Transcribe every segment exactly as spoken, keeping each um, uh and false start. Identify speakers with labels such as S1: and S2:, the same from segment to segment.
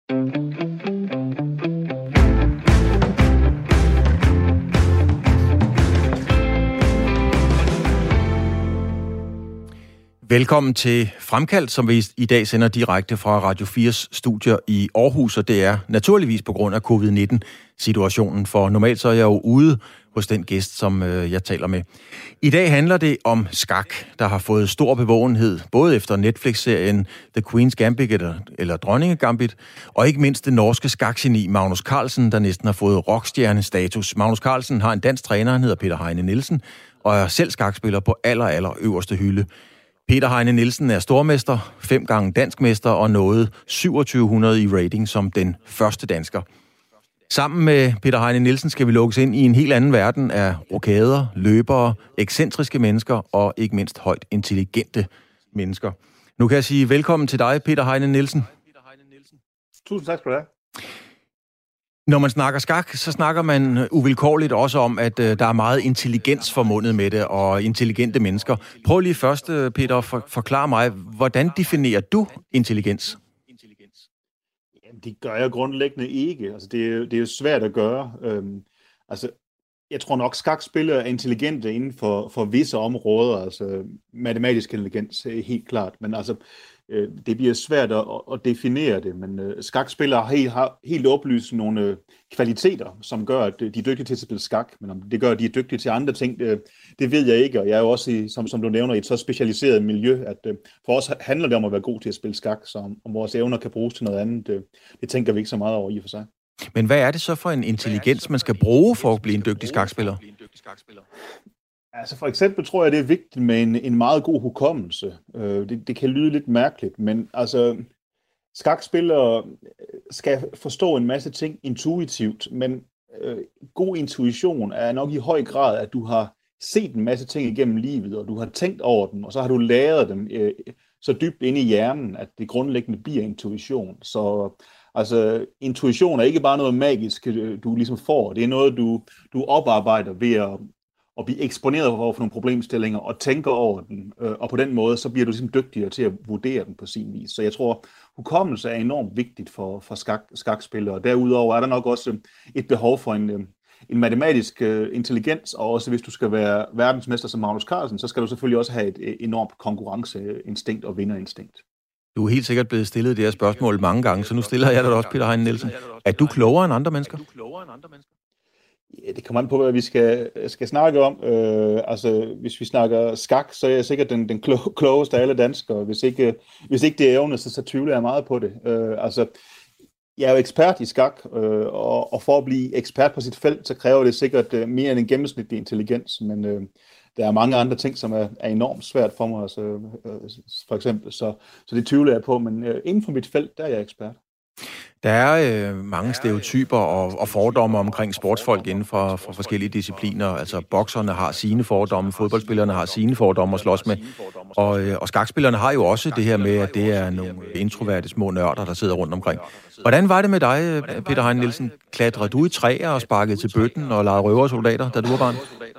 S1: Velkommen til Fremkaldt, som vi i dag sender direkte fra Radio fires studier i Aarhus, og det er naturligvis på grund af covid nitten-situationen, for normalt så er jeg jo ude hos den gæst, som øh, jeg taler med. I dag handler det om skak, der har fået stor bevågenhed, både efter Netflix-serien The Queen's Gambit, eller, eller Dronninge Gambit, og ikke mindst det norske skakgeni Magnus Carlsen, der næsten har fået rockstjernestatus. Magnus Carlsen har en dansk træner, han hedder Peter Heine Nielsen, og er selv skakspiller på aller, aller øverste hylde. Peter Heine Nielsen er stormester, fem gange danskmester og nåede syvogtyve hundrede i rating som den første dansker. Sammen med Peter Heine Nielsen skal vi lukkes ind i en helt anden verden af rokader, løbere, ekscentriske mennesker og ikke mindst højt intelligente mennesker. Nu kan jeg sige velkommen til dig, Peter Heine Nielsen.
S2: Tusind tak skal du have.
S1: Når man snakker skak, så snakker man uvilkårligt også om, at øh, der er meget intelligens forbundet med det, og intelligente mennesker. Prøv lige først, Peter, at for, forklare mig, hvordan definerer du intelligens?
S2: Jamen, det gør jeg grundlæggende ikke. Altså, det, er, det er jo svært at gøre. Øhm, altså, jeg tror nok, skakspillere er intelligente inden for, for visse områder. Altså, matematisk intelligens er helt klart, men altså, øh, det bliver svært at, at definere det. Men øh, skakspillere har helt, har helt oplyst nogle øh, kvaliteter, som gør, at de er dygtige til at spille skak. Men om det gør, at de er dygtige til andre ting, det, det ved jeg ikke. Og jeg er jo også, i, som, som du nævner, i et så specialiseret miljø, at øh, for os handler det om at være god til at spille skak, så om, om vores evner kan bruges til noget andet, det, det tænker vi ikke så meget over i og for sig.
S1: Men hvad er det så for en intelligens, man skal bruge for at blive en dygtig skakspiller?
S2: Altså for eksempel tror jeg, det er vigtigt med en, en meget god hukommelse. Øh, det, det kan lyde lidt mærkeligt, men altså skakspillere skal forstå en masse ting intuitivt, men øh, god intuition er nok i høj grad, at du har set en masse ting igennem livet, og du har tænkt over dem, og så har du læret dem øh, så dybt inde i hjernen, at det grundlæggende bliver intuition. Så altså, intuition er ikke bare noget magisk, du ligesom får. Det er noget, du, du oparbejder ved at, at blive eksponeret over for nogle problemstillinger og tænker over den. Og på den måde, så bliver du ligesom dygtigere til at vurdere den på sin vis. Så jeg tror, hukommelse er enormt vigtigt for, for skak, skakspillere. Derudover er der nok også et behov for en, en matematisk intelligens, og også hvis du skal være verdensmester som Magnus Carlsen, så skal du selvfølgelig også have et enormt konkurrenceinstinkt og vinderinstinkt.
S1: Du er helt sikkert blevet stillet det her spørgsmål mange gange, så nu stiller jeg dig også, Peter Heine Nielsen. Er du klogere end andre mennesker?
S2: Ja, det kommer an på, hvad vi skal, skal snakke om. Øh, altså, hvis vi snakker skak, så er jeg sikkert den, den klo- klogeste af alle danskere. Hvis ikke, hvis ikke det er evne, så, så tvivler jeg meget på det. Øh, altså, jeg er jo ekspert i skak, øh, og, og for at blive ekspert på sit felt, så kræver det sikkert øh, mere end en gennemsnitlig intelligens, men øh, der er mange andre ting, som er, er enormt svært for mig, altså, øh, for eksempel, så, så det tvivler jeg på, men øh, inden for mit felt, der er jeg ekspert.
S1: Der er øh, mange stereotyper og, og fordomme omkring sportsfolk inden for, for forskellige discipliner. Altså bokserne har sine fordomme, fodboldspillerne har sine fordomme at slås med, og, øh, og skakspillerne har jo også det her med, at det er nogle introverte små nørder, der sidder rundt omkring. Hvordan var det med dig, Peter Heine Nielsen? Klatrede du i træer og sparkede til bøtten og legede røversoldater, da du var barn?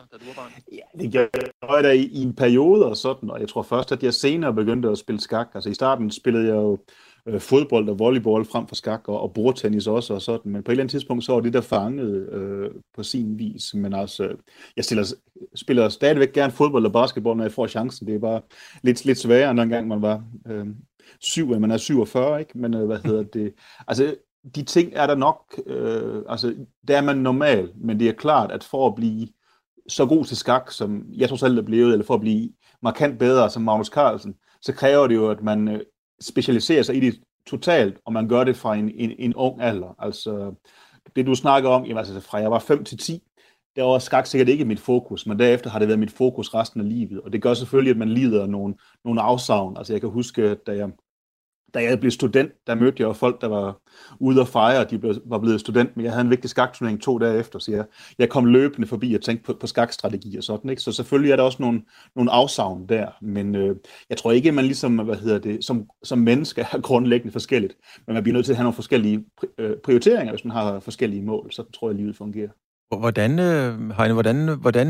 S2: Ja, det gjorde jeg da i, i en periode og sådan, og jeg tror først, at jeg senere begyndte at spille skak. Altså i starten spillede jeg jo øh, fodbold og volleyball frem for skak, og, og bordtennis også og sådan, men på et eller andet tidspunkt så var det der fanget øh, på sin vis. Men altså, jeg stiller, spiller stadigvæk gerne fodbold og basketball, når jeg får chancen. Det er bare lidt, lidt sværere, end dengang man var øh, syv, man er syvogfyrre, ikke? Men øh, hvad hedder det? Altså, de ting er der nok, øh, altså, der er man normal, men det er klart, at for at blive så god til skak, som jeg trods alt er blevet, eller for at blive markant bedre som Magnus Carlsen, så kræver det jo, at man specialiserer sig i det totalt, og man gør det fra en, en, en ung alder. Altså, det du snakker om, jamen, altså, fra jeg var fem til ti, der var skak sikkert ikke mit fokus, men derefter har det været mit fokus resten af livet, og det gør selvfølgelig, at man lider af nogle, nogle afsavn. Altså jeg kan huske, da jeg Da jeg blev student, der mødte jeg jo folk, der var ude og fejre, og de blev, var blevet student, men jeg havde en vigtig skakturnering to dage efter, så jeg, jeg kom løbende forbi og tænkte på, på skakstrategi og sådan, ikke? Så selvfølgelig er der også nogle, nogle afsavn der, men øh, jeg tror ikke, at man ligesom, hvad hedder det, som, som menneske er grundlæggende forskelligt, men man bliver nødt til at have nogle forskellige prioriteringer, hvis man har forskellige mål, så tror jeg, at livet fungerer.
S1: Hvordan, Heine, hvordan, hvordan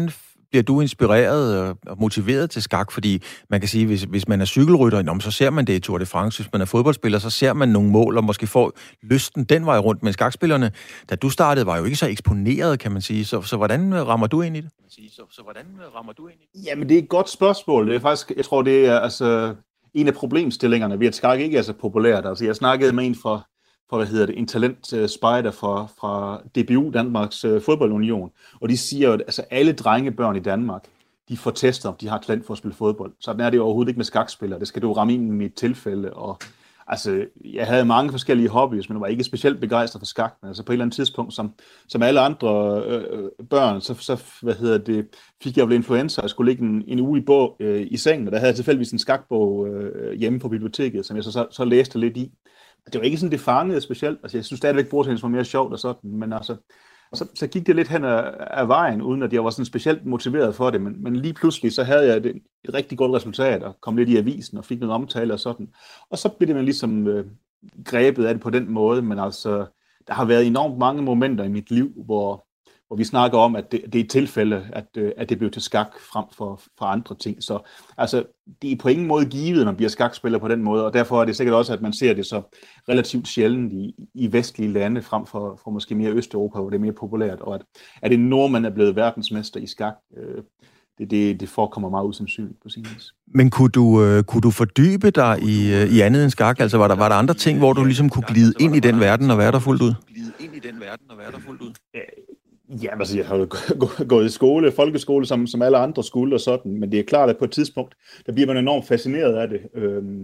S1: bliver du inspireret og motiveret til skak? Fordi man kan sige, hvis, hvis man er cykelrytter, nå, så ser man det i Tour de France. Hvis man er fodboldspiller, så ser man nogle mål og måske får lysten den vej rundt. Men skakspillerne, da du startede, var jo ikke så eksponeret, kan man sige. Så, så hvordan rammer du ind i det? Så, så hvordan rammer du ind i det?
S2: Jamen, det er et godt spørgsmål. Det er faktisk, jeg tror, det er altså en af problemstillingerne ved, at skak ikke er så populært. Altså, jeg snakkede med en fra, fra hvad hedder det, en talent-spejder fra, fra D B U, Danmarks uh, Fodboldunion, og de siger, at altså, alle drengebørn i Danmark, de får testet, om de har talent for at spille fodbold. Sådan er det overhovedet ikke med skakspillere. Det skal du ramme ind i mit tilfælde. Og, altså, jeg havde mange forskellige hobbyer, men jeg var ikke specielt begejstret for skak. Men altså, på et eller andet tidspunkt, som, som alle andre øh, børn, så, så hvad hedder det, fik jeg jo influenza, og skulle ligge en, en uge i, bog, øh, i sengen, og der havde jeg tilfældigvis en skakbog øh, hjemme på biblioteket, som jeg så, så, så læste lidt i. Det var ikke sådan, det fangede specielt. Altså, jeg synes stadigvæk, at bordtennis var mere sjovt og sådan, men altså, så, så gik det lidt hen af, af vejen, uden at jeg var sådan specielt motiveret for det, men, men lige pludselig, så havde jeg et, et rigtig godt resultat, og kom lidt i avisen, og fik noget omtale og sådan. Og så blev det man ligesom øh, grebet af det på den måde, men altså, der har været enormt mange momenter i mit liv, hvor, hvor vi snakker om, at det, det er et tilfælde, at, at det blev til skak frem for, for andre ting. Så altså, det er på ingen måde givet, når man bliver skakspiller på den måde, og derfor er det sikkert også, at man ser det så relativt sjældent i, i vestlige lande, frem for, for måske mere Østeuropa, hvor det er mere populært, og at, at en nordmand er blevet verdensmester i skak, øh, det, det, det forekommer meget usandsynligt på sin vis.
S1: Men kunne du, øh, kunne du fordybe dig i, øh, i andet end skak? Altså var der, var der andre ting, hvor du ligesom kunne glide ind i den verden og være der fuldt ud? Glide ind i den verden og være der fuldt ud?
S2: Ja, altså jeg har jo gået i skole, folkeskole, som, som alle andre skulle og sådan, men det er klart, at på et tidspunkt, der bliver man enormt fascineret af det. Øhm,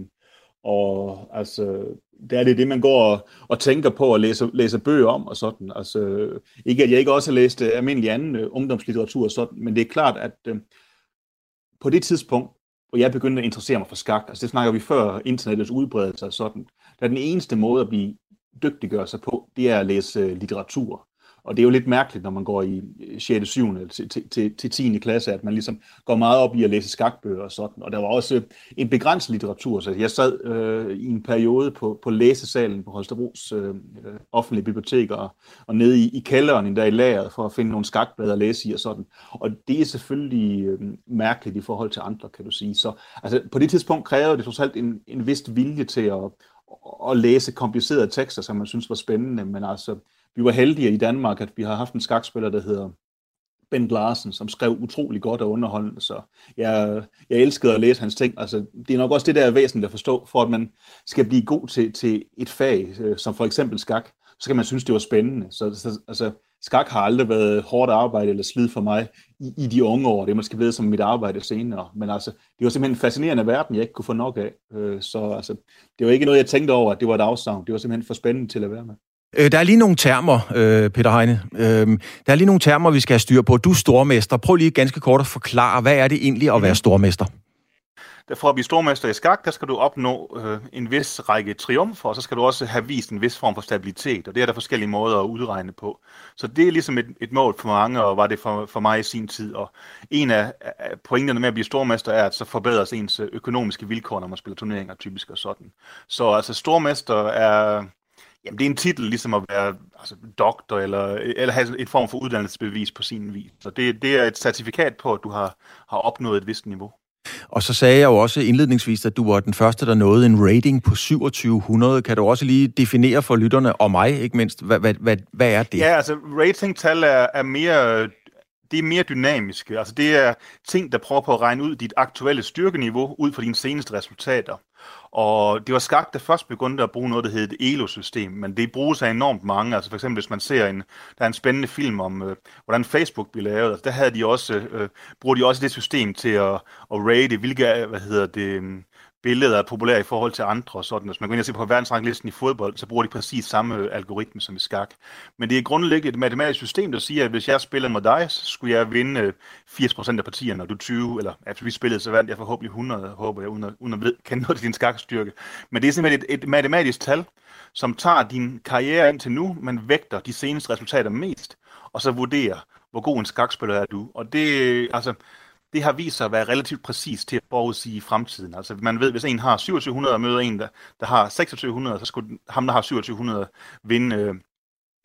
S2: og altså, der er det det, man går og, og tænker på at læse, læse bøger om og sådan. Altså, ikke at jeg ikke også har læst almindelig anden øh, ungdomslitteratur og sådan, men det er klart, at øh, på det tidspunkt, hvor jeg begyndte at interessere mig for skak, altså det snakker vi før internettets udbredelse og sådan, der er den eneste måde at blive dygtiggøre sig på, det er at læse øh, litteratur. Og det er jo lidt mærkeligt, når man går i sjette, syvende til, til, til, til tiende klasse, at man ligesom går meget op i at læse skakbøger og sådan. Og der var også en begrænset litteratur, så jeg sad øh, i en periode på, på læsesalen på Holstebros øh, offentlige biblioteker og, og nede i, i kælderen endda i lageret for at finde nogle skakblade at læse i og sådan. Og det er selvfølgelig øh, mærkeligt i forhold til andre, kan du sige. Så altså, på det tidspunkt krævede det trods alt en, en vis vilje til at, at læse komplicerede tekster, som man synes var spændende, men altså vi var heldige i Danmark, at vi har haft en skakspiller, der hedder Bent Larsen, som skrev utrolig godt og underholdende, så jeg, jeg elskede at læse hans ting. Altså, det er nok også det, der er væsentligt at forstå, for at man skal blive god til, til et fag, som for eksempel skak, så skal man synes, det var spændende. Så, så altså, skak har aldrig været hårdt arbejde eller slid for mig i, i de unge år. Det er måske blevet som mit arbejde senere. Men altså, det var simpelthen en fascinerende verden, jeg ikke kunne få nok af. Så altså, det var ikke noget, jeg tænkte over, at det var et afsavn. Det var simpelthen for spændende til at være med.
S1: Der er lige nogle termer, Peter Heine. Der er lige nogle termer, vi skal have styr på. Du er stormester. Prøv lige ganske kort at forklare, hvad er det egentlig at være stormester?
S2: For at blive stormester i skak, der skal du opnå øh, en vis række triumfer, og så skal du også have vist en vis form for stabilitet, og det er der forskellige måder at udregne på. Så det er ligesom et, et mål for mange, og var det for, for mig i sin tid. Og en af, af pointerne med at blive stormester er, at så forbedres ens økonomiske vilkår, når man spiller turneringer typisk og sådan. Så altså stormester er... Jamen, det er en titel, ligesom at være altså, doktor, eller, eller have en form for uddannelsesbevis på sin vis. Så det, det er et certifikat på, at du har, har opnået et vist niveau.
S1: Og så sagde jeg jo også indledningsvis, at du var den første, der nåede en rating på syvogtyve hundrede. Kan du også lige definere for lytterne, og mig ikke mindst, hvad, hvad, hvad, hvad er det?
S2: Ja, altså ratingtal er, er mere... Det er mere dynamiske. Altså det er ting, der prøver på at regne ud dit aktuelle styrkeniveau ud fra dine seneste resultater. Og det var skak, der først begyndte at bruge noget, der hedder et E L O-system, men det bruges af enormt mange. Altså for eksempel, hvis man ser en, der er en spændende film om, øh, hvordan Facebook blev lavet, altså der havde de også, øh, bruger de også det system til at, at rate, hvilke, hvad hedder det, billeder er populære i forhold til andre og sådan. Hvis man går ind og ser på verdensranglisten i fodbold, så bruger de præcis samme algoritme som i skak. Men det er grundlæggende et matematisk system, der siger, at hvis jeg spiller mod dig, så skulle jeg vinde firs procent af partierne, og du tyve, eller efter vi spillede, så vandt jeg forhåbentlig hundrede, håber jeg, uden at, uden at ved, kende noget til din skakstyrke. Men det er simpelthen et, et matematisk tal, som tager din karriere indtil nu, men vægter de seneste resultater mest, og så vurderer, hvor god en skakspiller er du. Og det, altså... Det har vist sig at være relativt præcis til at forudsige fremtiden. Altså man ved, hvis en har syvogtyve hundrede og møder en, der, der har seksogtyve hundrede, så skulle ham, der har syvogtyve hundrede, vinde øh,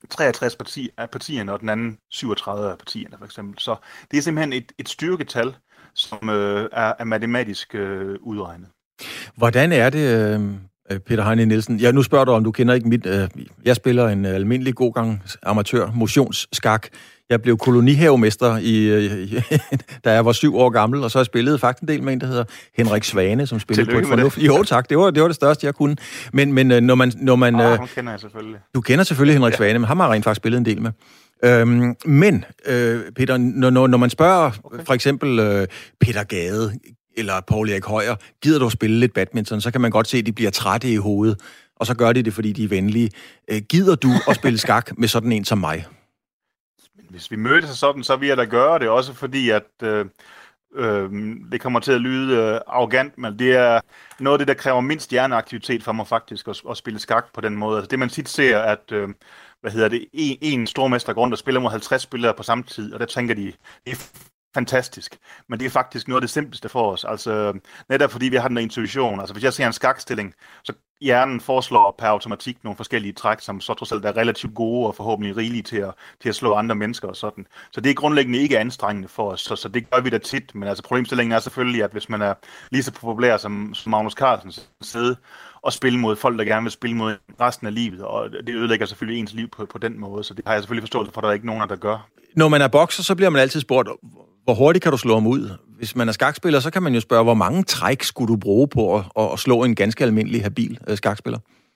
S2: treogtres parti, af partierne, og den anden syvogtredive af partierne, for eksempel. Så det er simpelthen et, et styrketal, som øh, er, er matematisk øh, udregnet.
S1: Hvordan er det, øh, Peter Heine Nielsen? Ja, nu spørger du, om du kender ikke mit... Øh, jeg spiller en almindelig god gang amatør motionsskak. Jeg blev kolonihavemester, i, i, da jeg var syv år gammel, og så har jeg spillet faktisk en del med en, der hedder Henrik Svane, som spillede Tillykke på et fornuftigt... Jo, tak. Det var, det var det største, jeg kunne. Men, men når man... Når man
S2: ah, ham kender jeg selvfølgelig.
S1: Du kender selvfølgelig Henrik ja. Svane, men ham har rent faktisk spillet en del med. Øhm, men, øh, Peter, når, når man spørger okay. for eksempel øh, Peter Gade eller Poul Erik Højer, gider du spille lidt badminton, så kan man godt se, at de bliver trætte i hovedet, og så gør de det, fordi de er venlige. Øh, gider du at spille skak med sådan en som mig?
S2: Hvis vi mødtes sådan, så vil jeg da gøre det, også fordi, at øh, øh, det kommer til at lyde øh, arrogant, men det er noget af det, der kræver mindst hjerneaktivitet for mig faktisk, at, at spille skak på den måde. Altså det, man tit ser, at øh, hvad hedder det, en, en stormester går rundt og spiller mod halvtreds spillere på samme tid, og der tænker de, det er fantastisk, men det er faktisk noget af det simpleste for os. Altså netop fordi vi har den der intuition. Altså hvis jeg ser en skakstilling, så hjernen foreslår per automatik nogle forskellige træk, som så trods alt er relativt gode og forhåbentlig rigelige til at, til at slå andre mennesker og sådan. Så det er grundlæggende ikke anstrengende for os, så, så det gør vi da tit. Men altså problemstillingen er selvfølgelig, at hvis man er lige så populær som, som Magnus Carlsen sidde og spille mod folk, der gerne vil spille mod resten af livet, og det ødelægger selvfølgelig ens liv på, på den måde, så det har jeg selvfølgelig forståelse for, at der er ikke nogen, der gør.
S1: Når man er bokser, så bliver man altid spurgt, hvor hurtigt kan du slå ham ud? Hvis man er skakspiller, så kan man jo spørge, hvor mange træk skulle du bruge på at, at slå en ganske almindelig, habil skakspiller?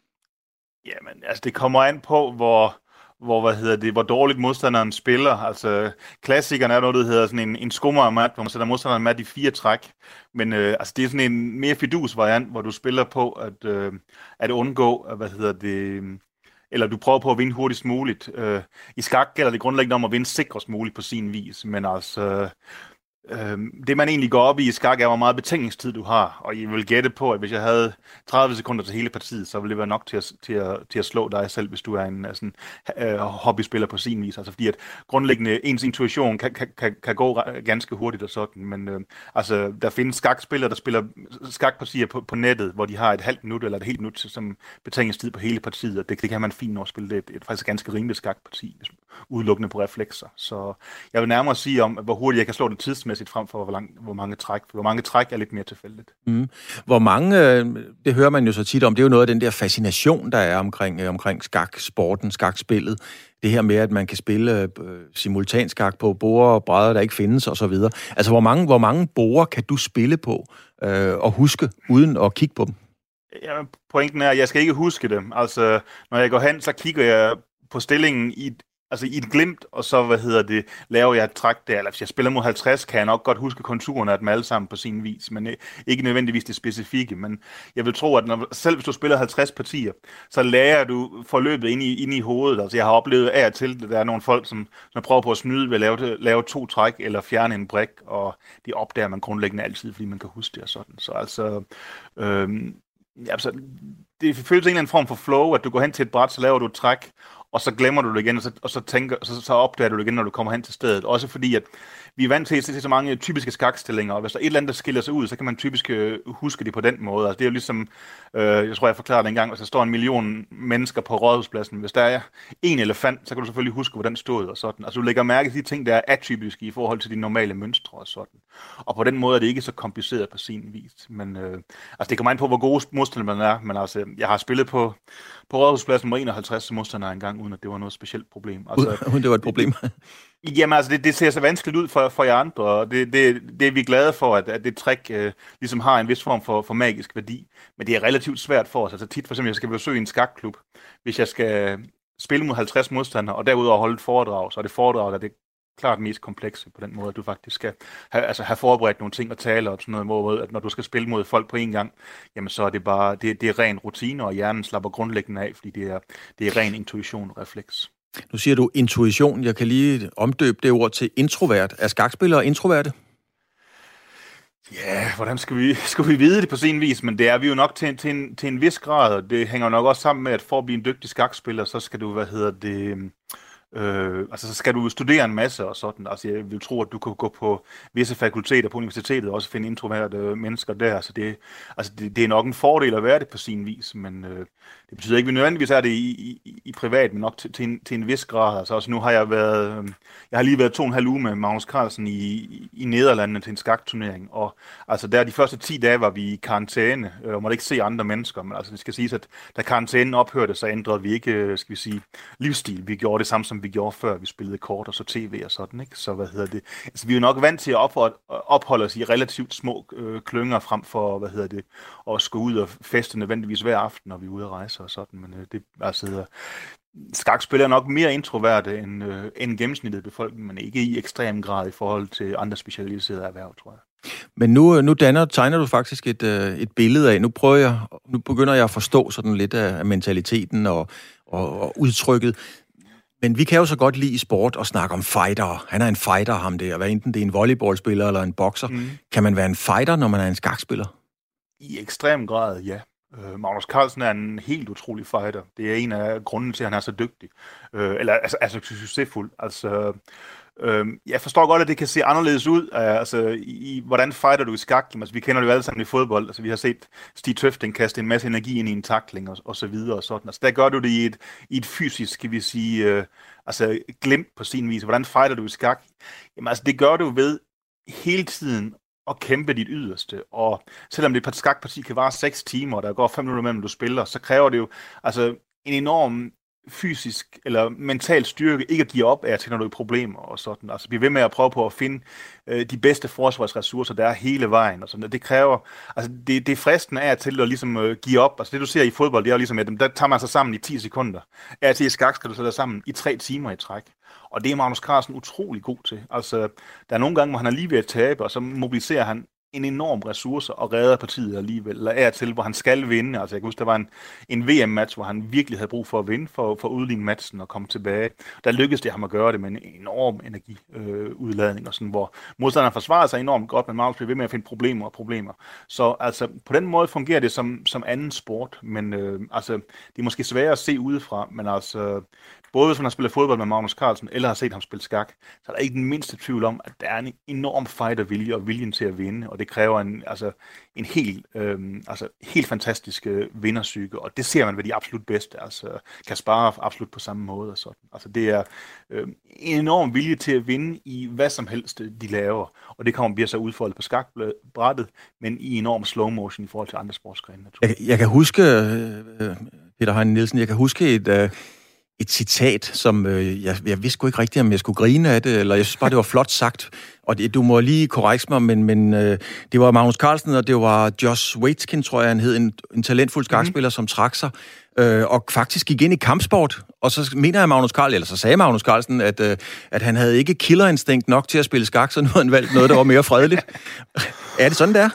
S2: Jamen, altså det kommer an på, hvor, hvor, hvad hedder det, hvor dårligt modstanderen spiller. Altså klassikeren er noget, der hedder sådan en, en skummermat, hvor man sætter modstanderen mat i fire træk. Men øh, altså, det er sådan en mere fidus variant, hvor du spiller på at, øh, at undgå, hvad hedder det... eller du prøver på at vinde hurtigst muligt. Øh, I skak gælder det grundlæggende om at vinde sikrest muligt på sin vis, men altså, øh, øh, det man egentlig går op i i skak er, hvor meget betænkningstid du har, og jeg vil gætte på, at hvis jeg havde tredive sekunder til hele partiet, så ville det være nok til at, til at, til at slå dig selv, hvis du er en sådan, øh, hobbyspiller på sin vis. Altså fordi at grundlæggende ens intuition kan, kan, kan, kan gå ganske hurtigt og sådan, men øh, altså, der findes skakspillere, der spiller skakpartier på, på nettet, hvor de har et halvt minut eller et helt minut som betænkningstid på hele partiet, og det, det kan man fint nok spille. Det er et, et faktisk ganske rimeligt skakparti, udelukkende på reflekser. Så jeg vil nærmere sige om, hvor hurtigt jeg kan slå det tidsmæssigt frem for, hvor, lang, hvor mange træk. Hvor mange træk er lidt mere tilfældigt.
S1: Mm. Hvor mange, det hører man jo så tit om, det er jo noget af den der fascination, der er omkring, omkring skaksporten, skakspillet. Det her med, at man kan spille øh, simultanskak på borde og brædder, der ikke findes, og så videre. Altså, hvor mange, hvor mange borde kan du spille på øh, og huske, uden at kigge på dem?
S2: Ja, pointen er, at jeg skal ikke huske dem. Altså, når jeg går hen, så kigger jeg på stillingen i Altså i et glimt, og så, hvad hedder det, laver jeg et træk der, eller hvis jeg spiller mod halvtreds, kan jeg nok godt huske konturerne af dem alle sammen på sin vis, men ikke nødvendigvis det specifikke, men jeg vil tro, at når, selv hvis du spiller halvtreds partier, så lærer du forløbet ind i, ind i hovedet. Altså jeg har oplevet af og til, at der er nogle folk, som, som prøver på at snyde ved at lave, lave to træk, eller fjerne en brik, og det opdager man grundlæggende altid, fordi man kan huske det og sådan. Så altså, øhm, altså det føles en eller anden form for flow, at du går hen til et bræt, så laver du et træk, og så glemmer du det igen, og så, og så, tænker, så, så opdager du det igen, når du kommer hen til stedet. Også fordi, at vi er vant til at se så mange typiske skakstillinger, og hvis der er et eller andet, der skiller sig ud, så kan man typisk øh, huske det på den måde. Altså, det er jo ligesom, øh, jeg tror, jeg forklarede det engang, hvis der står en million mennesker på Rådhuspladsen, hvis der er en elefant, så kan du selvfølgelig huske, hvordan den stod og sådan. Altså, du lægger mærke til de ting, der er atypiske i forhold til de normale mønstre og sådan. Og på den måde er det ikke så kompliceret på sin vis. Men øh, altså, det kommer an på, hvor gode modstandere man er, men altså, jeg har spillet på, på Rådhuspladsen med enoghalvtreds modstandere engang, uden at det var noget specielt problem. Altså,
S1: uden det var et problem?
S2: Jamen altså, det, det ser så vanskeligt ud for, for jer andre, og det, det, det er vi glade for, at, at det trick øh, ligesom har en vis form for, for magisk værdi. Men det er relativt svært for os. Altså tit for eksempel, jeg skal besøge en skakklub, hvis jeg skal spille mod halvtreds modstandere, og derudover holde et foredrag, så er det foredrag, der er det klart mest komplekse på den måde, at du faktisk skal have, altså have forberedt nogle ting og tale om sådan noget, hvor at når du skal spille mod folk på en gang, jamen så er det bare, det, det er ren rutine, og hjernen slapper grundlæggende af, fordi det er, det er ren intuition og refleks.
S1: Nu siger du intuition. Jeg kan lige omdøbe det ord til introvert. Er skakspillere introverte?
S2: Ja, hvordan skal vi, skal vi vide det på sin vis? Men det er vi jo nok til, til, en, til en vis grad. Det hænger nok også sammen med, at for at blive en dygtig skakspiller, så skal du, hvad hedder det, Øh, altså, så skal du studere en masse og sådan. Altså, jeg vil tro, at du kan gå på visse fakulteter på universitetet og også finde introverte mennesker der. Så det, altså, det, det er nok en fordel at være det på sin vis, men øh, det betyder ikke, at vi nødvendigvis er det i, i, i privat, men nok til, til, en, til en vis grad. Altså, også nu har jeg været, øh, jeg har lige været to og en halv uge med Magnus Carlsen i, i, i Nederlandene til en skakturnering, og altså, der de første ti dage var vi i karantæne, øh, og måtte ikke se andre mennesker, men altså, det skal siges, at da karantænen ophørte, så ændrede vi ikke, skal vi sige, livsstil. Vi gjorde det samme, som vi gjorde før, vi spillede kort og så tv og sådan, ikke? Så hvad hedder det? Altså, vi er jo nok vant til at opholde, opholde os i relativt små øh, klynger frem for, hvad hedder det, at gå ud og feste nødvendigvis hver aften, når vi er ude at rejse og sådan, men øh, det, altså, skakspillere er nok mere introverte end, øh, end gennemsnittet befolkning, men ikke i ekstrem grad i forhold til andre specialiserede erhverv, tror jeg.
S1: Men nu, nu danner, tegner du faktisk et, et billede af, nu prøver jeg, nu begynder jeg at forstå sådan lidt af mentaliteten og, og, og udtrykket. Men vi kan jo så godt lide i sport at snakke om fighter. Han er en fighter, ham der. Hvad enten det er en volleyballspiller eller en bokser. Mm. Kan man være en fighter, når man er en skakspiller?
S2: I ekstrem grad, ja. Uh, Magnus Carlsen er en helt utrolig fighter. Det er en af grundene til, at han er så dygtig. Uh, eller altså, altså succesfuld. Altså, uh, jeg forstår godt, at det kan se anderledes ud. Uh, altså, i, i, hvordan fighter du i skak? Altså, vi kender det jo alle sammen i fodbold. Altså, vi har set Stig Tøfting kaste en masse energi ind i en tackling og, og så videre og sådan. Altså, der gør du det i et, i et fysisk, skal vi sige, uh, altså glemt på sin vis. Hvordan fighter du i skak? Jamen, altså, det gør du ved hele tiden og kæmpe dit yderste, og selvom det et skakparti kan vare seks timer, og der går fem minutter mellem du spiller, så kræver det jo altså en enorm fysisk eller mental styrke, ikke at give op af til, når du er i problemer og sådan. Altså blive ved med at prøve på at finde øh, de bedste forsvarsressourcer, der er hele vejen og sådan. Det kræver, altså det, det er fristende af til at ligesom øh, give op. Altså det du ser i fodbold, det er jo ligesom, at der tager man sig sammen i ti sekunder. Af til i skak skal du så der sammen i tre timer i træk. Og det er Magnus Carlsen utrolig god til. Altså, der er nogle gange, hvor han er lige ved at tabe, og så mobiliserer han en enorm ressource og redder partiet alligevel, eller er til, hvor han skal vinde. Altså, jeg kan huske, der var en, en V M-match, hvor han virkelig havde brug for at vinde, for, for at udligne matchen og komme tilbage. Der lykkedes det ham at gøre det med en enorm energiudladning, øh, og sådan, hvor modstanderen forsvarer sig enormt godt, men Magnus bliver ved med at finde problemer og problemer. Så altså, på den måde fungerer det som, som anden sport, men øh, altså, det er måske sværere at se udefra, men altså, både hvis man har spillet fodbold med Magnus Carlsen, eller har set ham spille skak, så er der ikke den mindste tvivl om, at der er en enorm fightervilje og viljen til at vinde, og det kræver en, altså, en helt, øh, altså, helt fantastisk øh, vindersyke, og det ser man ved de absolut bedste. Altså, Kasparov absolut på samme måde. Og sådan. Altså, det er øh, en enorm vilje til at vinde i hvad som helst, de laver, og det kommer bliver så udfoldet på skakbrættet, men i enorm slow motion i forhold til andre sportsgrene.
S1: Jeg, jeg kan huske, øh, Peter Heine Nielsen, jeg kan huske et... Øh Et citat, som øh, jeg, jeg vidste sgu ikke rigtigt, om jeg skulle grine af det, eller jeg synes bare, det var flot sagt. Og det, du må lige korrekse mig, men, men øh, det var Magnus Carlsen, og det var Josh Waitzkin, tror jeg, han hed, en, en talentfuld skakspiller, mm. som trak sig, øh, og faktisk gik ind i kampsport. Og så mener jeg Magnus Carlsen, eller så sagde Magnus Carlsen, at, øh, at han havde ikke killerinstinkt nok til at spille skak, så nu havde han valgt noget, der var mere fredeligt. Er det sådan, det er?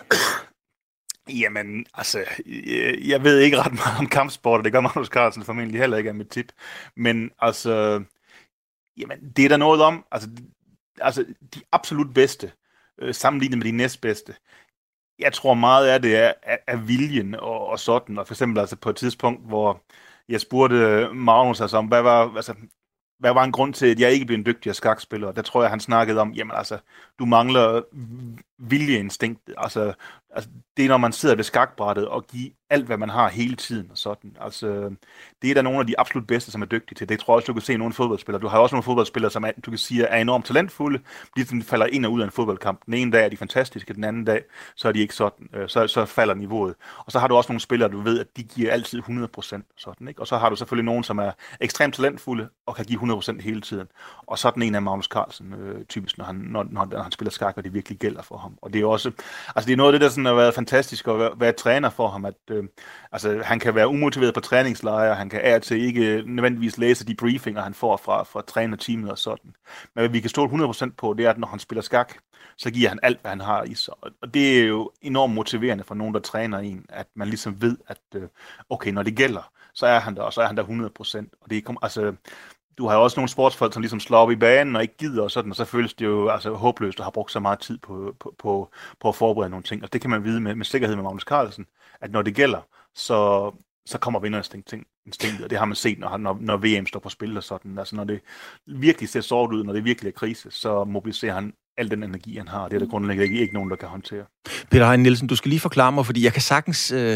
S2: Jamen, altså, jeg, jeg ved ikke ret meget om kampsport, og det gør Magnus Carlsen formentlig heller ikke af mit tip. Men altså, jamen, det er der noget om, altså, altså de absolut bedste, øh, sammenlignet med de næstbedste. Jeg tror meget af det er, er, er viljen og, og sådan, og for eksempel altså på et tidspunkt, hvor jeg spurgte Magnus altså om, hvad var, altså, hvad var en grund til, at jeg ikke blev en dygtigere skakspiller? Der tror jeg, han snakkede om, jamen altså, du mangler viljeinstinkt. Altså, altså, det er, når man sidder ved skakbrættet og giver alt, hvad man har hele tiden og sådan. Altså, det er der nogle af de absolut bedste, som er dygtige til. Det tror jeg også, du kan se nogle fodboldspillere. Du har også nogle fodboldspillere, som er, du kan sige er enormt talentfulde. De falder ind og ud af en fodboldkamp. Den ene dag er de fantastiske, den anden dag, så er de ikke sådan. Så, så falder niveauet. Og så har du også nogle spillere, du ved, at de giver altid hundrede procent sådan, ikke? Og så har du selvfølgelig nogen, som er ekstremt talentfulde og kan give hundrede procent hele tiden. Og sådan en af Magnus Carlsen, øh, typisk, når han, når, når, når han spiller skak, og det virkelig gælder for ham. Og det er også, altså det er noget af det, der sådan har været fantastisk at være, være træner for ham, at øh, altså, han kan være umotiveret på træningslejre, han kan af til ikke nødvendigvis læse de briefinger, han får fra, fra trænerteamet og sådan. Men hvad vi kan stå hundrede procent på, det er, at når han spiller skak, så giver han alt, hvad han har i sig. Og det er jo enormt motiverende for nogen, der træner en, at man ligesom ved, at øh, okay, når det gælder, så er han der, og så er han der hundrede procent. Og det er, altså, du har jo også nogle sportsfolk, som ligesom slår op i banen og ikke gider og sådan, og så føles det jo altså håbløst at have brugt så meget tid på, på, på, på at forberede nogle ting. Og det kan man vide med, med sikkerhed med Magnus Carlsen, at når det gælder, så, så kommer vinderinstinkt ting instinktet, og det har man set, når, når, når V M står på spil og sådan. Altså når det virkelig ser sort ud, når det virkelig er krise, så mobiliserer han al den energi, han har. Det er der grundlæggende ikke nogen, der kan håndtere.
S1: Peter Hein Nielsen, du skal lige forklare mig, fordi jeg kan sagtens øh,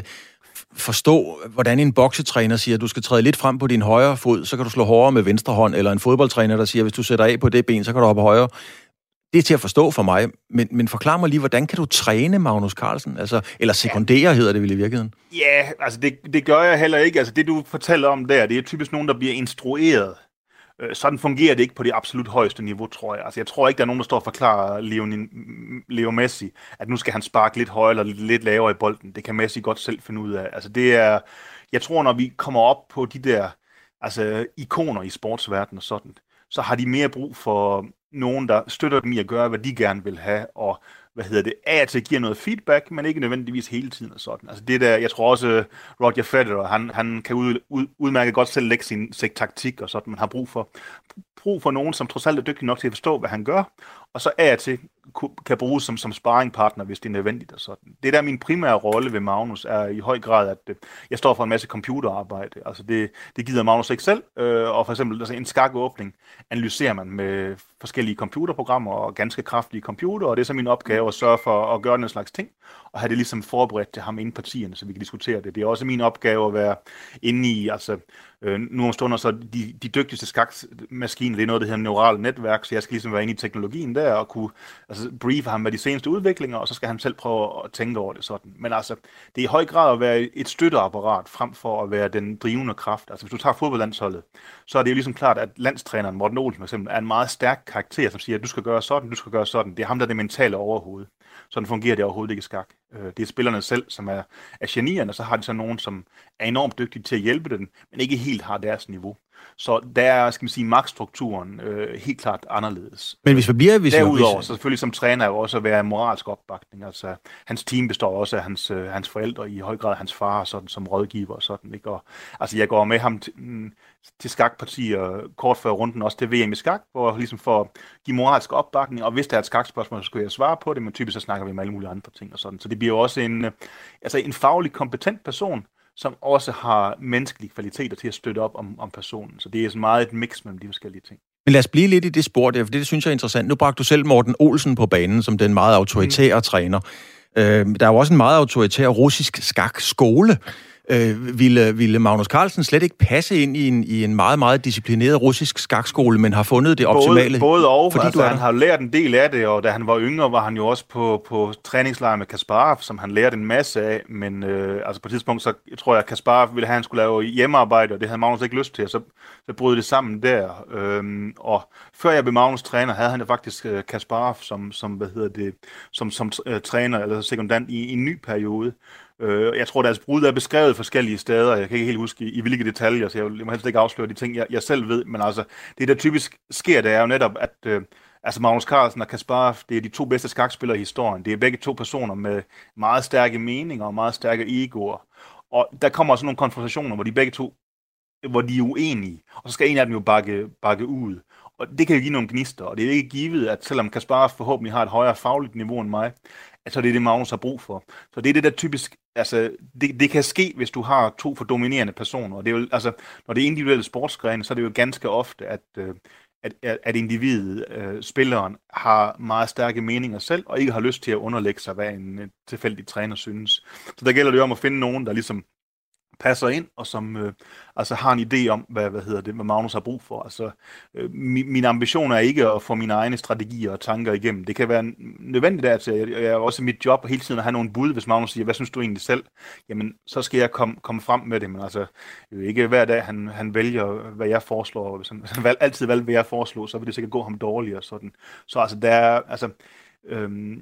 S1: forstå, hvordan en boksetræner siger, at du skal træde lidt frem på din højre fod, så kan du slå hårdere med venstre hånd, eller en fodboldtræner, der siger, at hvis du sætter af på det ben, så kan du hoppe højre. Det er til at forstå for mig, men, men forklar mig lige, hvordan kan du træne Magnus Carlsen? Altså, eller sekundere, ja. hedder det vel i virkeligheden?
S2: Ja, altså det, det gør jeg heller ikke. Altså det, du fortæller om der, det er typisk nogen, der bliver instrueret. Sådan fungerer det ikke på det absolut højeste niveau, tror jeg. Altså jeg tror ikke, der er nogen, der står og forklarer Lionel, Leo Messi, at nu skal han sparke lidt højere eller lidt lavere i bolden. Det kan Messi godt selv finde ud af. Altså det er, jeg tror, når vi kommer op på de der altså, ikoner i sportsverdenen og sådan, så har de mere brug for nogen, der støtter dem i at gøre, hvad de gerne vil have, og hvad hedder det, af til giver noget feedback, men ikke nødvendigvis hele tiden og sådan. Altså det der, jeg tror også, Roger Federer, han, han kan ud, ud, udmærket godt selv lægge sin, sin taktik og sådan, man har brug for, brug for nogen, som trods alt er dygtig nok til at forstå, hvad han gør, og så af til kan bruges som, som sparringpartner, hvis det er nødvendigt og sådan. Det der min primære rolle ved Magnus er i høj grad, at øh, jeg står for en masse computerarbejde. Altså det, det gider Magnus ikke selv, øh, og for eksempel altså en skakåbning analyserer man med forskellige computerprogrammer og ganske kraftige computer, og det er så min opgave at sørge for at gøre den slags ting, og have det ligesom forberedt til ham inden partierne, så vi kan diskutere det. Det er også min opgave at være inde i, altså øh, nu om stunder, så de, de dygtigste skakmaskiner, det er noget, der hedder neurale netværk, så jeg skal ligesom være inde i teknologien der, og kunne altså, briefe ham med de seneste udviklinger, og så skal han selv prøve at tænke over det sådan. Men altså, det er i høj grad at være et støtteapparat, frem for at være den drivende kraft. Altså hvis du tager fodboldlandsholdet, så er det jo ligesom klart, at landstræneren Morten Olsen for eksempel er en meget stærk karakter, som siger, at du skal gøre sådan, du skal gøre sådan. Det er ham, der er det mentale overhoved. Sådan fungerer det overhovedet ikke i skak. Det er spillerne selv, som er, er genierne, og så har de så nogen, som er enormt dygtige til at hjælpe dem, men ikke helt har deres niveau. Så der er, skal man sige, magtstrukturen øh, helt klart anderledes.
S1: Men hvis vi bliver... Hvis
S2: Derudover, så selvfølgelig som træner jo også at være moralsk opbakning. Altså, hans team består også af hans, øh, hans forældre, i høj grad hans far, sådan, som rådgiver og sådan, ikke? Og, altså, jeg går med ham til, mm, til skakpartier kort før runden, også til V M i skak, hvor ligesom for at give moralsk opbakning, og hvis der er et skakspørgsmål, så skulle jeg svare på det, men typisk så snakker vi om alle mulige andre ting og sådan. Så det bliver jo også en, øh, altså en faglig kompetent person, som også har menneskelige kvaliteter til at støtte op om, om personen. Så det er så meget et mix mellem de forskellige ting.
S1: Men lad os blive lidt i det spor der, for det, det synes jeg er interessant. Nu bragte du selv Morten Olsen på banen som den meget autoritære mm. træner. Øh, der er jo også en meget autoritær russisk skakskole. Øh, ville, ville Magnus Carlsen slet ikke passe ind i en, i en meget, meget disciplineret russisk skakskole, men har fundet det optimale?
S2: Både, både og. Fordi altså, han har lært en del af det, og da han var yngre, var han jo også på, på træningslejr med Kasparov, som han lærte en masse af, men øh, altså på et tidspunkt, så jeg tror jeg, at Kasparov ville have, at han skulle lave hjemmearbejde, og det havde Magnus ikke lyst til, og så, så brød det sammen der. Øhm, og før jeg blev Magnus træner, havde han jo faktisk øh, Kasparov som, som, hvad hedder det, som, som øh, træner, eller sekundant i, i en ny periode. Jeg tror, deres brud er beskrevet forskellige steder. Jeg kan ikke helt huske i, i hvilke detaljer, så jeg, jeg må helst ikke afsløre de ting, jeg, jeg selv ved. Men altså, det der typisk sker, det er jo netop, at øh, altså Magnus Carlsen og Kasparov, det er de to bedste skakspillere i historien. Det er begge to personer med meget stærke meninger og meget stærke egoer. Og der kommer også nogle konfrontationer, hvor de begge to, hvor de er uenige. Og så skal en af dem jo bakke, bakke ud. Og det kan jo give nogle gnister, og det er ikke givet, at selvom Kasparov forhåbentlig har et højere fagligt niveau end mig, så det er det, Magnus har brug for. Så det er det, der typisk, altså, det, det kan ske, hvis du har to for dominerende personer. Og det er jo, altså, når det er individuelle sportsgrene, så er det jo ganske ofte, at, at, at individet, øh, spilleren, har meget stærke meninger selv, og ikke har lyst til at underlægge sig, hvad en tilfældig træner synes. Så der gælder det jo om at finde nogen, der ligesom passer ind, og som øh, altså har en idé om, hvad, hvad hedder det, hvad Magnus har brug for. Altså, øh, min, min ambition er ikke at få mine egne strategier og tanker igennem. Det kan være nødvendigt af, at jeg, jeg er også mit job hele tiden at have nogle bud, hvis Magnus siger, hvad synes du egentlig selv? Jamen, så skal jeg komme komme frem med det, men altså, det er jo ikke hver dag, han, han vælger, hvad jeg foreslår. Hvis han, hvis han valg, altid valgte, hvad jeg foreslår, så vil det sikkert gå ham dårligere. Sådan. Så altså, der er, altså, øhm,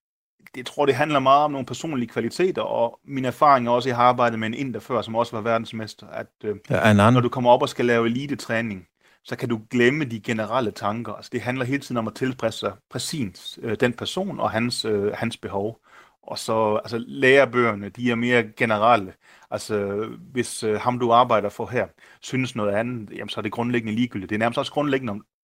S2: jeg tror, det handler meget om nogle personlige kvaliteter, og min erfaring er også, at jeg har arbejdet med en inder før, som også var verdensmester, at øh, ja, når du kommer op og skal lave elitetræning, så kan du glemme de generelle tanker. Altså, det handler hele tiden om at tilpasse sig præcis øh, den person og hans, øh, hans behov. Og så altså, lærebøgerne, de er mere generelle. Altså, hvis øh, ham, du arbejder for her, synes noget andet, jamen, så er det grundlæggende ligegyldigt. Det er nærmest også grundlæggende om,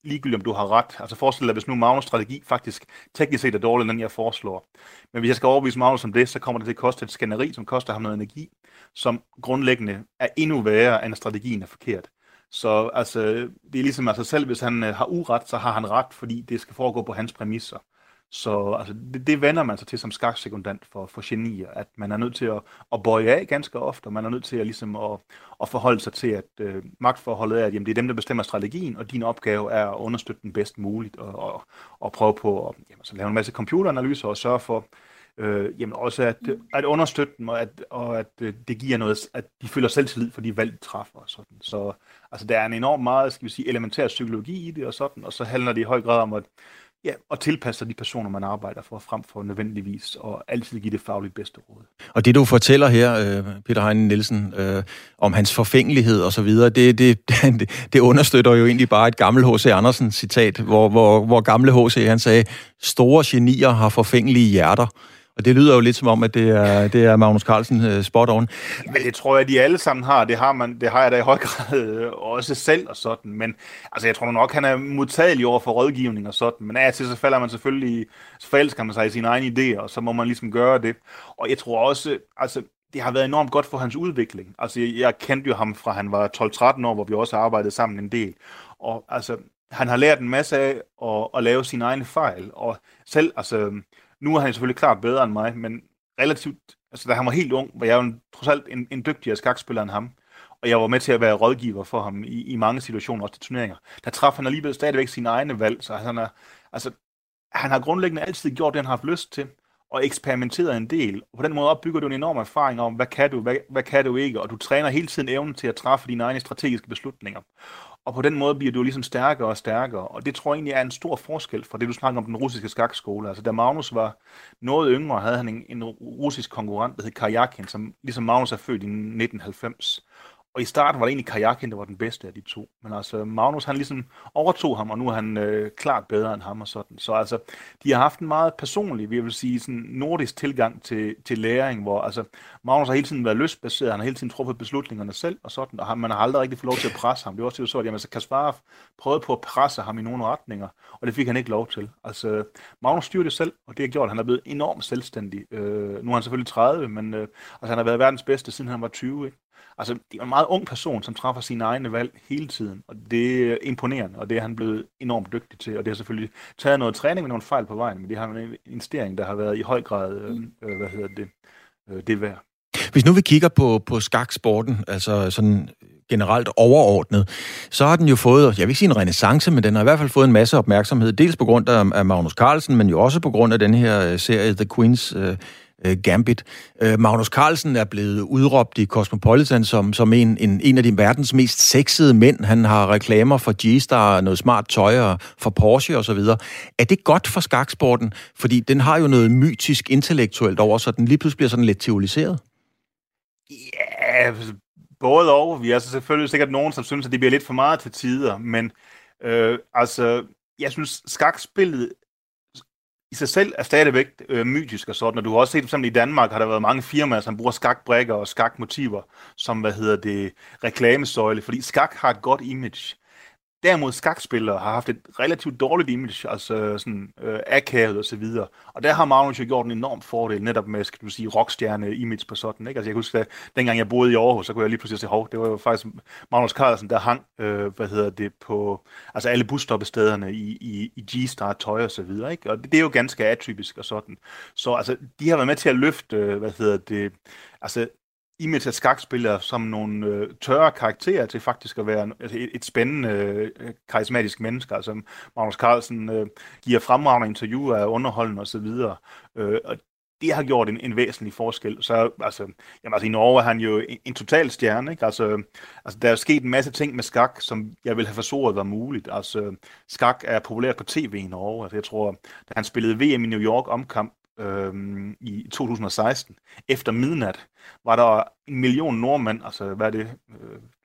S2: ligegyldigt om du har ret. Altså forestil dig, hvis nu Magnus' strategi faktisk teknisk set er dårligere, end jeg foreslår. Men hvis jeg skal overbevise Magnus om det, så kommer det til at koste et skænderi, som koster ham noget energi, som grundlæggende er endnu værre, end strategien er forkert. Så altså, det er ligesom altså selv, hvis han har uret, så har han ret, fordi det skal foregå på hans præmisser. Så altså, det, det vender man sig til som skaksekundant for, for genier, at man er nødt til at, at bøje af ganske ofte, og man er nødt til at, ligesom at, at forholde sig til, at øh, magtforholdet er, at jamen, det er dem, der bestemmer strategien, og din opgave er at understøtte den bedst muligt, og, og, og prøve på at jamen, så lave en masse computeranalyser og sørge for, øh, jamen, også at, at understøtte dem, og at, og at øh, det giver noget, at de føler selvtillid for de valg, de træffer. Og sådan. Så altså, der er en enormt meget, skal vi sige, elementær psykologi i det, og sådan, og så handler det i høj grad om at Ja, og tilpasse de personer, man arbejder for, frem for nødvendigvis, og altid give det fagligt bedste råd.
S1: Og det, du fortæller her, Peter Heine Nielsen, øh, om hans forfængelighed og så videre, det, det, det, det understøtter jo egentlig bare et gammelt H C. Andersen citat, hvor, hvor, hvor gamle H C. han sagde, store genier har forfængelige hjerter. Og det lyder jo lidt som om, at det er, det er Magnus Carlsen uh, spot on.
S2: Men det tror jeg, at de alle sammen har. Det har, man, det har jeg da i høj grad øh, også selv og sådan. Men altså, jeg tror nok, han er modtagelig over for rådgivning og sådan. Men af til så falder man selvfølgelig, så forelsker man sig i sine egne idéer, og så må man ligesom gøre det. Og jeg tror også, altså, det har været enormt godt for hans udvikling. Altså, jeg, jeg kendte jo ham fra, han var tolv tretten år, hvor vi også arbejdede sammen en del. Og altså, han har lært en masse af at, at lave sine egne fejl. Og selv, altså... Nu er han selvfølgelig klart bedre end mig, men relativt, altså da han var helt ung, var jeg jo en, trods alt en, en dygtigere skakspiller end ham. Og jeg var med til at være rådgiver for ham i, i mange situationer, også til turneringer. Der traf han alligevel stadigvæk sine egne valg, så han, er, altså, han har grundlæggende altid gjort det, han har haft lyst til, og eksperimenteret en del. Og på den måde opbygger du en enorm erfaring om, hvad kan du, hvad, hvad kan du ikke, og du træner hele tiden evnen til at træffe dine egne strategiske beslutninger. Og på den måde bliver du ligesom stærkere og stærkere, og det tror jeg egentlig er en stor forskel fra det, du snakker om den russiske skakskole. Altså da Magnus var noget yngre, havde han en, en russisk konkurrent, der hed Karjakin, som ligesom Magnus er født i nitten halvfems. Og i starten var det egentlig Karjakin, der var den bedste af de to. Men altså Magnus, han ligesom overtog ham, og nu er han øh, klart bedre end ham og sådan. Så altså, de har haft en meget personlig, vi vil sige, sådan nordisk tilgang til, til læring, hvor altså Magnus har hele tiden været lystbaseret, han har hele tiden truffet beslutningerne selv og sådan, og man har aldrig rigtig fået lov til at presse ham. Det var også det, så, at jamen, altså, Kasparov prøvede på at presse ham i nogle retninger, og det fik han ikke lov til. Altså Magnus styrer det selv, og det har gjort, han er blevet enormt selvstændig. Øh, nu er han selvfølgelig tredive, men øh, altså, han har været verdens bedste, siden han var tyve, ikke? Altså, det er en meget ung person, som træffer sine egne valg hele tiden, og det er imponerende, og det er han blevet enormt dygtig til, og det har selvfølgelig taget noget træning med nogle fejl på vejen, men det har en investering, der har været i høj grad, øh, hvad hedder det, øh, det værd.
S1: Hvis nu vi kigger på, på skaksporten, altså sådan generelt overordnet, så har den jo fået, jeg vil ikke sige en renæssance, men den har i hvert fald fået en masse opmærksomhed, dels på grund af, af Magnus Carlsen, men jo også på grund af den her serie The Queen's øh, Gambit. Magnus Carlsen er blevet udråbt i Cosmopolitan som, som en, en, en af de verdens mest sexede mænd. Han har reklamer for G-Star, noget smart tøj og for Porsche og så videre. Er det godt for skaksporten? Fordi den har jo noget mytisk intellektuelt over, så den lige pludselig bliver sådan lidt teoriseret.
S2: Ja, både og. Vi er så selvfølgelig sikkert nogen, som synes, at det bliver lidt for meget til tider, men øh, altså, jeg synes, skakspillet i sig selv er stadigvæk øh, mytisk og sådan, og du har også set, for eksempel i Danmark har der været mange firmaer, som bruger skakbrikker og skakmotiver som, hvad hedder det, reklamesøjle, fordi skak har et godt image. Derimod skakspillere har haft et relativt dårligt image, altså sådan øh, akavet og så videre. Og der har Magnus jo gjort en enorm fordel, netop med, skal du sige, rockstjerne-image på sådan, ikke? Altså jeg kan huske, at dengang jeg boede i Aarhus, så kunne jeg lige pludselig sige, hov, det var jo faktisk Magnus Carlsen, der hang, øh, hvad hedder det, på altså alle busstoppestederne i, i, i G-Star tøj og så videre, ikke? Og det, det er jo ganske atypisk og sådan. Så altså, de har været med til at løfte, øh, hvad hedder det, altså image af skakspillere som nogle øh, tørre karakterer til faktisk at være altså et, et spændende, øh, karismatisk menneske. Altså Magnus Carlsen øh, giver fremragende interviewer af underholdende og så videre. Øh, og det har gjort en, en væsentlig forskel. Så altså, jamen, altså i Norge er han jo en, en total stjerne, ikke? Altså, altså der er sket en masse ting med skak, som jeg ville have forstået var muligt. Altså skak er populært på tv i Norge. Altså jeg tror, da han spillede V M i New York omkamp Øhm, i to tusind og seksten, efter midnat, var der en million nordmænd, altså hvad er det, øh,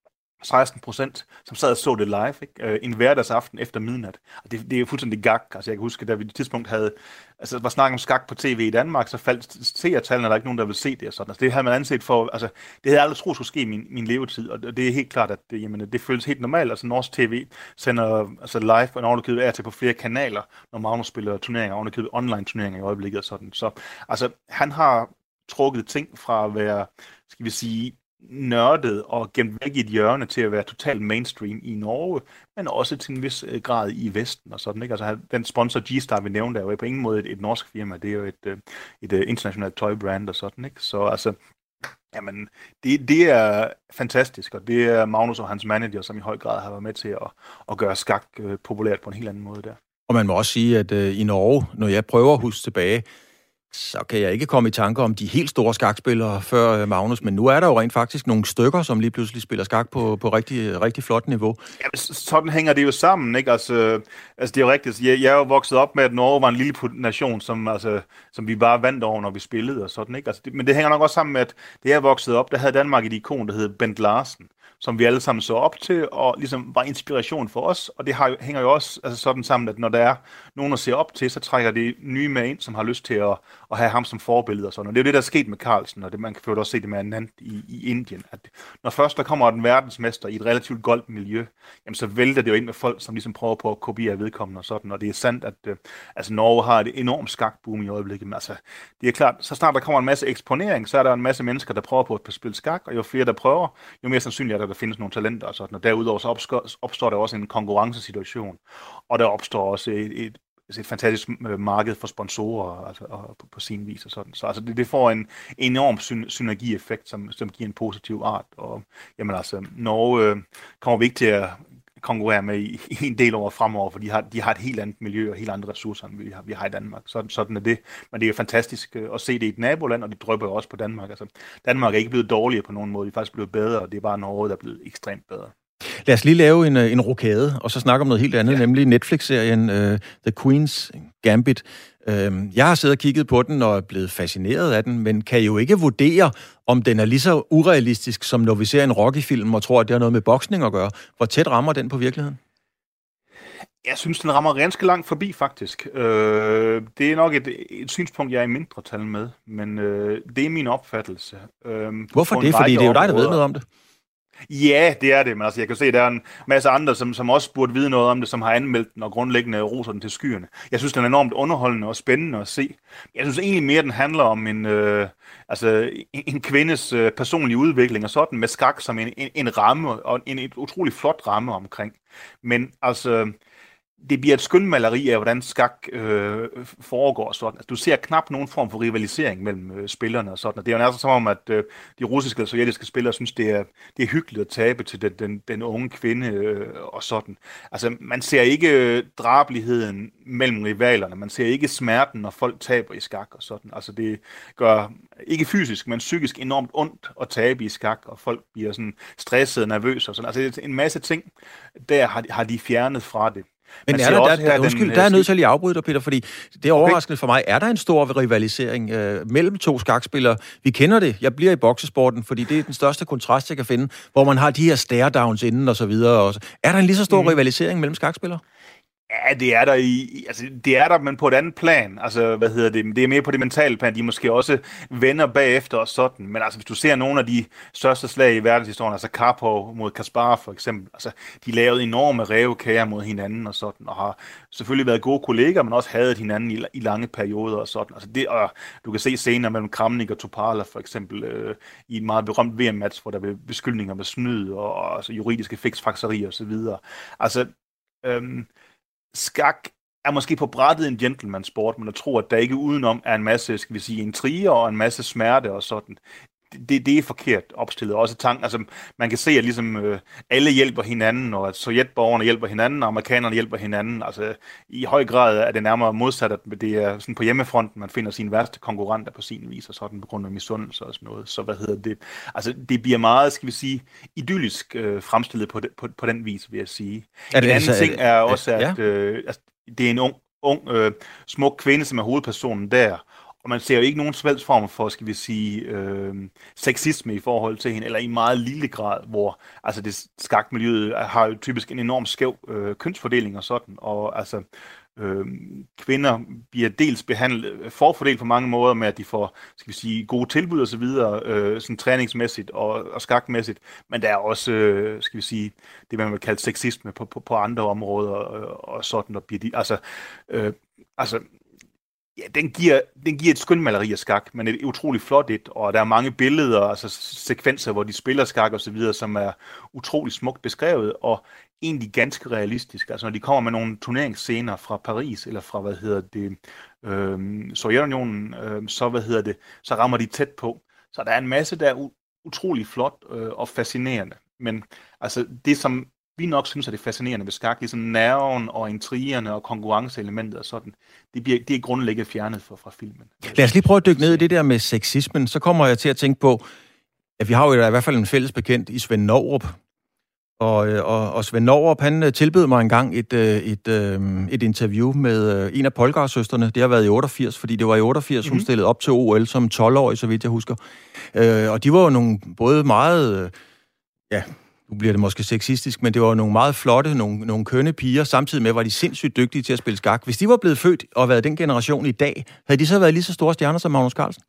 S2: seksten procent, som sad og så det live, ikke? En hverdagsaften efter midnat. Og det, det er jo fuldstændig gak. Altså, jeg kan huske, da vi et tidspunkt havde, altså, var snakket om skak på tv i Danmark, så faldt seertallene, der ikke nogen, der ville se det og sådan. Altså, det havde man anset for, altså, det havde jeg aldrig troet skulle ske i min, min levetid, og det er helt klart, at det, jamen, det føles helt normalt. Altså, norsk tv sender altså, live, og ovenikøbet er til på flere kanaler, når Magnus spiller turneringer, ovenikøbet online turneringer i øjeblikket og sådan. Så, altså, han har trukket ting fra at være, skal vi sige, nørdet og gemt væk i et hjørne til at være totalt mainstream i Norge, men også til en vis grad i Vesten og sådan, ikke? Altså den sponsor G-Star, vi nævnte, er jo på ingen måde et, et norsk firma, det er jo et, et, et internationalt tøjbrand og sådan, ikke? Så altså, jamen, det, det er fantastisk, og det er Magnus og hans manager, som i høj grad har været med til at, at gøre skak populært på en helt anden måde der.
S1: Og man må også sige, at øh, i Norge, når jeg prøver at huske tilbage, så kan jeg ikke komme i tanker om de helt store skakspillere før Magnus, men nu er der jo rent faktisk nogle stykker, som lige pludselig spiller skak på, på rigtig, rigtig flot niveau.
S2: Ja, sådan hænger det jo sammen, ikke? Altså, altså det er jo rigtigt. Jeg, jeg er jo vokset op med, at Norge var en lille nation, som, altså, som vi bare vandt over, når vi spillede og sådan, ikke? Altså, det, men det hænger nok også sammen med, at det jeg voksede op, der havde Danmark et ikon, der hed Bent Larsen, som vi alle sammen så op til, og ligesom var inspiration for os, og det har jo, hænger jo også altså sådan sammen, at når der er nogen, der ser op til, så trækker det nye med ind, som har lyst til at, at have ham som forbillede og sådan, og det er jo det, der er sket med Carlsen, og det, man kan jo også se det med Anand i, i Indien, at når først der kommer en verdensmester i et relativt goldt miljø, jamen så vælter det jo ind med folk, som ligesom prøver på at kopiere vedkommende og sådan, og det er sandt, at øh, altså Norge har et enormt skakboom i øjeblikket, men altså, det er klart, så snart der kommer en masse eksponering, så er der en masse mennesker, der prøver på at spille skak, og jo flere der prøver, jo mere sandsynligt er der, der findes nogle talenter og sådan, og derudover så opstår, opstår der også en konkurrencesituation, og der opstår også et, et, et fantastisk marked for sponsorer altså, og på, på sin vis og sådan. Så altså, det, det får en enorm syn- synergieffekt, som, som giver en positiv art, og jamen altså, Norge øh, kommer vi ikke til at konkurrere med i, i en del år fremover, for de har, de har et helt andet miljø og helt andre ressourcer, end vi har, vi har i Danmark. Så, sådan er det. Men det er jo fantastisk at se det i et naboland, og de drøber jo også på Danmark. Altså, Danmark er ikke blevet dårligere på nogen måde, de er faktisk blevet bedre, og det er bare Norge, der er blevet ekstremt bedre.
S1: Lad os lige lave en, en rokade, og så snakke om noget helt andet, ja. Nemlig Netflix-serien uh, The Queen's Gambit. Uh, jeg har siddet og kigget på den og er blevet fascineret af den, men kan jo ikke vurdere, om den er lige så urealistisk, som når vi ser en Rocky-film og tror, at det har noget med boksning at gøre. Hvor tæt rammer den på virkeligheden?
S2: Jeg synes, den rammer ganske langt forbi, faktisk. Øh, det er nok et, et synspunkt, jeg er i mindretal med, men øh, det er min opfattelse. Øh,
S1: Hvorfor det? Fordi det er jo dig, der ved noget om det.
S2: Ja, det er det, men altså, jeg kan se, at der er en masse andre, som, som også burde vide noget om det, som har anmeldt den og grundlæggende roser den til skyerne. Jeg synes, den er enormt underholdende og spændende at se. Jeg synes egentlig mere, den handler om en, øh, altså, en, en kvindes øh, personlige udvikling og sådan, med skak som en, en, en ramme, og en et utrolig flot ramme omkring. Men altså, det bliver et skønmaleri af, hvordan skak øh, foregår sådan. Altså, du ser knap nogen form for rivalisering mellem øh, spillerne og sådan. Og det er jo nærmest som om, at øh, de russiske og sovjetiske spillere synes, det er, det er hyggeligt at tabe til den, den, den unge kvinde øh, og sådan. Altså, man ser ikke øh, drabeligheden mellem rivalerne. Man ser ikke smerten, når folk taber i skak og sådan. Altså, det gør ikke fysisk, men psykisk enormt ondt at tabe i skak, og folk bliver sådan stressede og nervøse og sådan. Altså, det er en masse ting, der har, har de fjernet fra det.
S1: Men er der, også, der, der, undskyld, den, der er nødt til at lige afbryde dig, Peter, fordi det er overraskende okay. for mig. Er der en stor rivalisering øh, mellem to skakspillere? Vi kender det. Jeg bliver i boksesporten, fordi det er den største kontrast, jeg kan finde, hvor man har de her stare-downs inden og så videre. Og så. Er der en lige så stor mm. rivalisering mellem skakspillere?
S2: Ja, det er der i, altså det er der, men på et andet plan. Altså, hvad hedder det? Det er mere på det mentale plan. De er måske også venner bagefter og sådan. Men altså, hvis du ser nogle af de største slag i verdenshistorien, altså Karpov mod Kasparov for eksempel, altså, de lavede enorme rævekager mod hinanden og sådan, og har selvfølgelig været gode kolleger, men også hadet hinanden i, i lange perioder og sådan. Altså, det, og du kan se scener mellem Kramnik og Topalov for eksempel, øh, i en meget berømt V M-match, hvor der blev beskyldninger med snyd og, og altså, juridiske fiksfakserier og så videre. Altså, øhm, skak er måske på brættet en gentleman-sport, men jeg tror, at der ikke udenom er en masse, skal vi sige, intriger og en masse smerte og sådan. Det, det er forkert opstillet. Også tanken, altså man kan se, at ligesom øh, alle hjælper hinanden, og at sovjetborgerne hjælper hinanden, og amerikanerne hjælper hinanden. Altså i høj grad er det nærmere modsat, at det er sådan på hjemmefronten, man finder sine værste konkurrenter på sin vis, og sådan på grund af misundelse og sådan noget. Så hvad hedder det? Altså det bliver meget, skal vi sige, idyllisk øh, fremstillet på, det, på, på den vis, vil jeg sige. Er det en anden altså, ting er også, at øh, altså, det er en ung, ung øh, smuk kvinde, som er hovedpersonen der, og man ser jo ikke nogen som helst form for, skal vi sige, øh, sexisme i forhold til hende, eller i meget lille grad, hvor altså det skakmiljøet har jo typisk en enorm skæv øh, kønsfordeling og sådan, og altså øh, kvinder bliver dels behandlet, forfordelt på mange måder med, at de får, skal vi sige, gode tilbud og så videre, øh, sådan træningsmæssigt og, og skakmæssigt, men der er også, øh, skal vi sige, det man vil kalde sexisme på, på, på andre områder og, og sådan, og bliver de, altså, øh, altså ja, den giver, den giver et skønmaleri af skak, men et utroligt flot et, og der er mange billeder, altså sekvenser, hvor de spiller skak og så videre, som er utroligt smukt beskrevet, og egentlig ganske realistisk. Altså når de kommer med nogle turneringsscener fra Paris, eller fra, hvad hedder det, øh, Sovjetunionen, øh, så, hvad hedder det, så rammer de tæt på. Så der er en masse, der er u- utrolig flot øh, og fascinerende. Men altså det, som vi nok synes, at det er fascinerende ved skak, ligesom nerven og intrigerne og konkurrenceelementet og sådan, det, bliver, det er grundlæggende fjernet fra, fra filmen.
S1: Lad os lige prøve at dykke ned i det der med sexismen. Så kommer jeg til at tænke på, at vi har jo i hvert fald en fælles bekendt i Svend Novrup. Og, og, og Svend Novrup, han tilbød mig engang et, et, et, et interview med en af Polgar-søstrene. Det har været i otteogfirs, fordi det var i otteogfirs, mm-hmm. hun stillede op til O L som tolv-årig, så vidt jeg husker. Og de var jo nogle både meget, ja, nu bliver det måske sexistisk, men det var nogle meget flotte, nogle, nogle kønne piger. Samtidig med var de sindssygt dygtige til at spille skak. Hvis de var blevet født og været den generation i dag, havde de så været lige så store stjerner som Magnus Carlsen?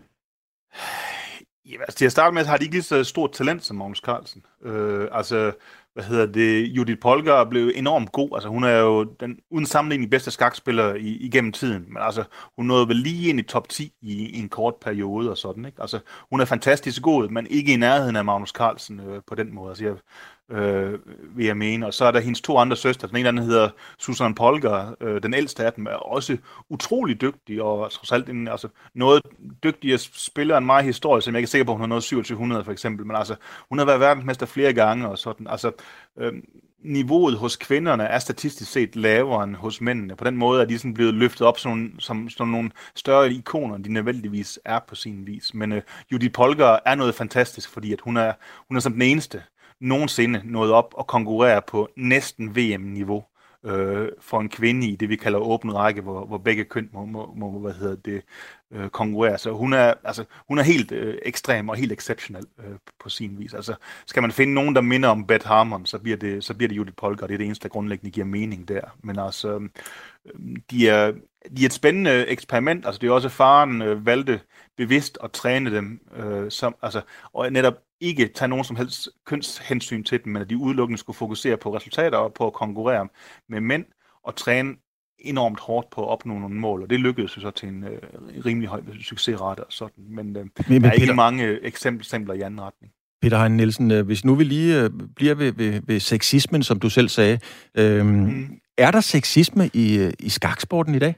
S2: Ja, altså til at starte med, har de ikke lige så stort talent som Magnus Carlsen. Øh, altså, hvad hedder det, Judith Polgar blev enormt god. Altså, hun er jo den uden sammenligning bedste skakspiller i, igennem tiden. Men altså, hun nåede vel lige ind i top ti i, i en kort periode og sådan, ikke? Altså, hun er fantastisk god, men ikke i nærheden af Magnus Carlsen øh, på den måde. Altså, jeg, øh, vil jeg mene. Og så er der hendes to andre søstre. Den ene anden hedder Susan Polgar. Øh, den ældste af dem er også utrolig dygtig, og trods alt en, altså, noget dygtigere spiller end mig i historie, som jeg ikke er sikker på, hun har noget syvogtyve hundrede for eksempel. Men altså, hun har været verdensmester flere gange og sådan. Altså, øh, niveauet hos kvinderne er statistisk set lavere end hos mændene. På den måde er de sådan blevet løftet op som, nogle, som, som nogle større ikoner, end de nødvendigvis er på sin vis. Men øh, Judith Polgar er noget fantastisk, fordi at hun er, hun er som den eneste nogensinde nået op og konkurrere på næsten V M-niveau øh, for en kvinde i det, vi kalder åben række, hvor, hvor begge køn må, må, må hvad hedder det, øh, konkurrere. Så hun er, altså, hun er helt øh, ekstrem og helt exceptionel øh, på sin vis. Altså, skal man finde nogen, der minder om Beth Harmon, så bliver det, så bliver det Judith Polgar. Det er det eneste, der grundlæggende giver mening der. Men altså, øh, de, er, de er et spændende eksperiment. Altså, det er også, faren øh, valgte bevidst at træne dem, øh, som, altså, og netop ikke tage nogen som helst kønshensyn til dem, men at de udelukkende skulle fokusere på resultater og på at konkurrere med mænd og træne enormt hårdt på at opnå nogle mål, og det lykkedes jo så til en øh, rimelig høj succesrate og sådan, men, øh, men der er ikke mange eksempler i anden retning.
S1: Peter Hein Nielsen, hvis nu vi lige bliver ved, ved, ved sexismen, som du selv sagde, øhm, mm. er der sexisme i, i skaksporten i dag?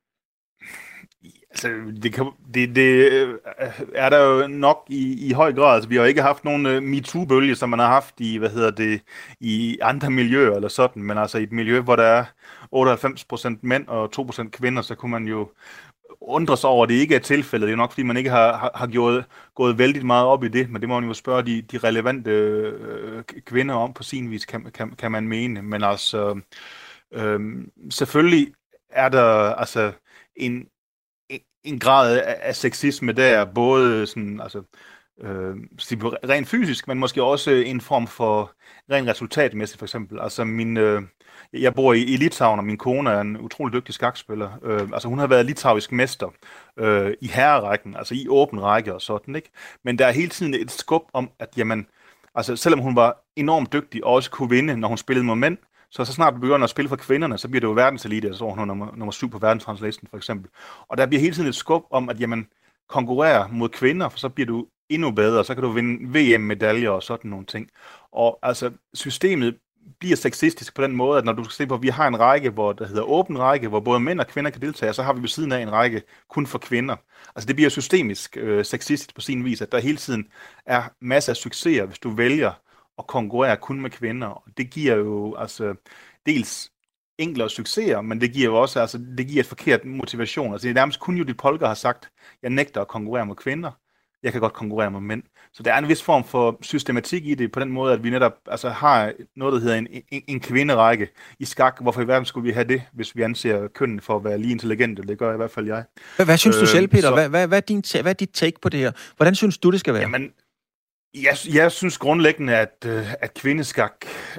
S2: Altså, det, kan, det, det er der jo nok i, i høj grad. Altså, vi har ikke haft nogen uh, MeToo-bølge, som man har haft i, hvad hedder det, i andre miljøer eller sådan, men altså i et miljø, hvor der er otteoghalvfems procent mænd og to procent kvinder, så kunne man jo undre sig over, at det ikke er tilfældet. Det er nok, fordi man ikke har, har, har gjort, gået vældig meget op i det, men det må man jo spørge de, de relevante øh, kvinder om på sin vis, kan, kan, kan man mene. Men altså, øh, selvfølgelig er der altså en en grad af sexisme der, både sådan, altså, øh, rent fysisk, men måske også en form for rent resultatmæssigt, for eksempel. Altså min, øh, jeg bor i, i Litauen, og min kone er en utrolig dygtig skakspiller. Øh, altså hun har været litauisk mester øh, i herrerækken, altså i åben række og sådan, ikke? Men der er hele tiden et skub om, at jamen, altså selvom hun var enormt dygtig og også kunne vinde, når hun spillede mod mænd, så så snart vi begynder at spille for kvinderne, så bliver det jo verdenselite, så hun er nummer, nummer syv på verdensranglisten for eksempel. Og der bliver hele tiden et skub om, at jamen, konkurrere mod kvinder, for så bliver du endnu bedre, så kan du vinde V M-medaljer og sådan nogle ting. Og altså, systemet bliver sexistisk på den måde, at når du skal se på, at vi har en række, hvor der hedder åben række, hvor både mænd og kvinder kan deltage, så har vi ved siden af en række kun for kvinder. Altså det bliver systemisk øh, sexistisk på sin vis, at der hele tiden er masser af succeser, hvis du vælger og konkurrere kun med kvinder. Og det giver jo altså dels enklere succeser, men det giver jo også altså, det giver et forkert motivation. Altså det er nærmest kun Judith Polgar har sagt, jeg nægter at konkurrere med kvinder. jeg kan godt konkurrere med mænd. Så der er en vis form for systematik i det, på den måde, at vi netop altså, har noget, der hedder en, en, en kvinderække i skak. Hvorfor i verden skulle vi have det, hvis vi anser kønnen for at være lige intelligente? Det gør i hvert fald jeg.
S1: Hvad, hvad synes øh, du selv, Peter? Så, hvad, hvad, hvad, er din, hvad er dit take på det her? Hvordan synes du, det skal være?
S2: Jamen, jeg, jeg synes grundlæggende, at, at kvindeskak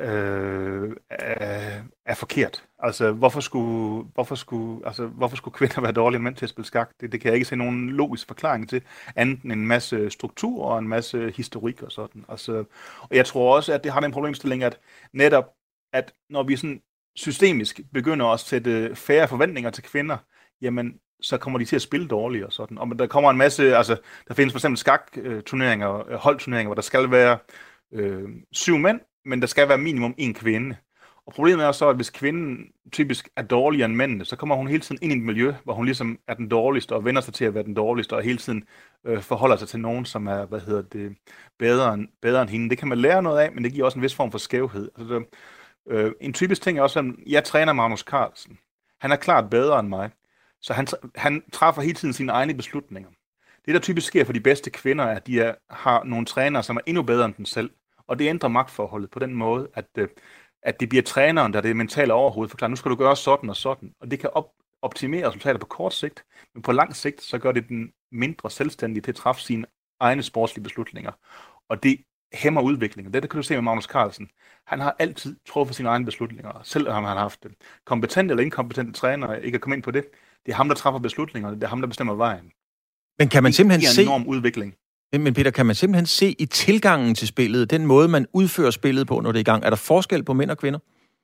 S2: øh, er, er forkert. Altså, hvorfor skulle, hvorfor, skulle, altså, hvorfor skulle kvinder være dårlige mænd til at spille skak? Det, det kan jeg ikke se nogen logisk forklaring til, andet end en masse struktur og en masse historik og sådan. Altså, og jeg tror også, at det har den problemstilling, at netop, at når vi sådan systemisk begynder at sætte færre forventninger til kvinder, jamen, så kommer de til at spille dårligt og sådan. Og der kommer en masse, altså, der findes for eksempel skakturneringer, holdturneringer, hvor der skal være øh, syv mænd, men der skal være minimum en kvinde. Og problemet er så, at hvis kvinden typisk er dårligere end mændene, så kommer hun hele tiden ind i et miljø, hvor hun ligesom er den dårligste, og vender sig til at være den dårligste, og hele tiden øh, forholder sig til nogen, som er, hvad hedder det, bedre end, bedre end hende. Det kan man lære noget af, men det giver også en vis form for skævhed. Altså, det, øh, en typisk ting er også, at jeg træner Magnus Carlsen. Han er klart bedre end mig, så han, han træffer hele tiden sine egne beslutninger. Det, der typisk sker for de bedste kvinder, er, at de er, har nogle trænere, som er endnu bedre end dem selv. Og det ændrer magtforholdet på den måde, at øh, at det bliver træneren, der er det mentale overhoved, forklarer, nu skal du gøre sådan og sådan. Og det kan op- optimere resultater på kort sigt, men på lang sigt, så gør det den mindre selvstændige til at træffe sine egne sportslige beslutninger. Og det hæmmer udviklingen. Det, der kan du se med Magnus Carlsen. Han har altid truffet sine egne beslutninger, selvom han har haft kompetente eller inkompetente trænere, ikke at komme ind på det. Det er ham, der træffer beslutninger, det er ham, der bestemmer vejen.
S1: Men kan man simpelthen
S2: det er en
S1: se...
S2: enorm udvikling.
S1: Men Peter, kan man simpelthen se i tilgangen til spillet, den måde, man udfører spillet på, når det er i gang? Er der forskel på mænd og kvinder?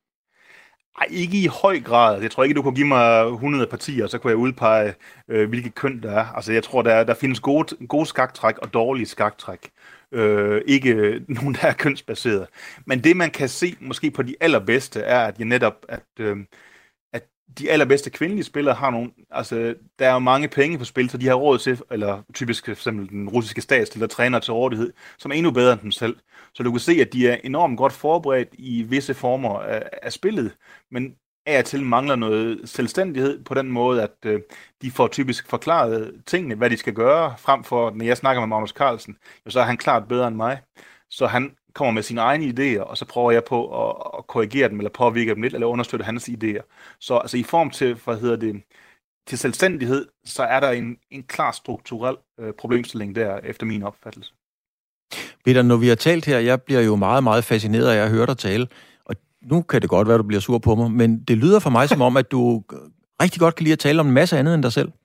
S2: Ej, ikke i høj grad. Jeg tror ikke, du kunne give mig hundrede partier, så kunne jeg udpege, øh, hvilke køn der er. Altså, jeg tror, der, der findes gode, gode skaktræk og dårlige skaktræk. Øh, ikke nogen, der er kønsbaseret. Men det, man kan se måske på de allerbedste, er, at jeg netop, at, øh, at de allerbedste kvindelige spillere har nogle, altså, der er jo mange penge på spil, så de har råd til, eller typisk for eksempel den russiske stat stiller træner til rådighed, som er endnu bedre end dem selv. Så du kan se, at de er enormt godt forberedt i visse former af, af spillet, men af og til mangler noget selvstændighed på den måde, at øh, de får typisk forklaret tingene, hvad de skal gøre, frem for, når jeg snakker med Magnus Carlsen, så er han klart bedre end mig. Så han kommer med sine egne idéer, og så prøver jeg på at, at korrigere dem, eller påvirke dem lidt, eller understøtte hans idéer. Så altså i form til, hvad hedder det, til selvstændighed, så er der en, en klar strukturel øh, problemstilling der, efter min opfattelse.
S1: Peter, når vi har talt her, jeg bliver jo meget, meget fascineret af at høre dig tale, og nu kan det godt være, at du bliver sur på mig, men det lyder for mig som om, at du rigtig godt kan lide at tale om en masse andet end dig selv.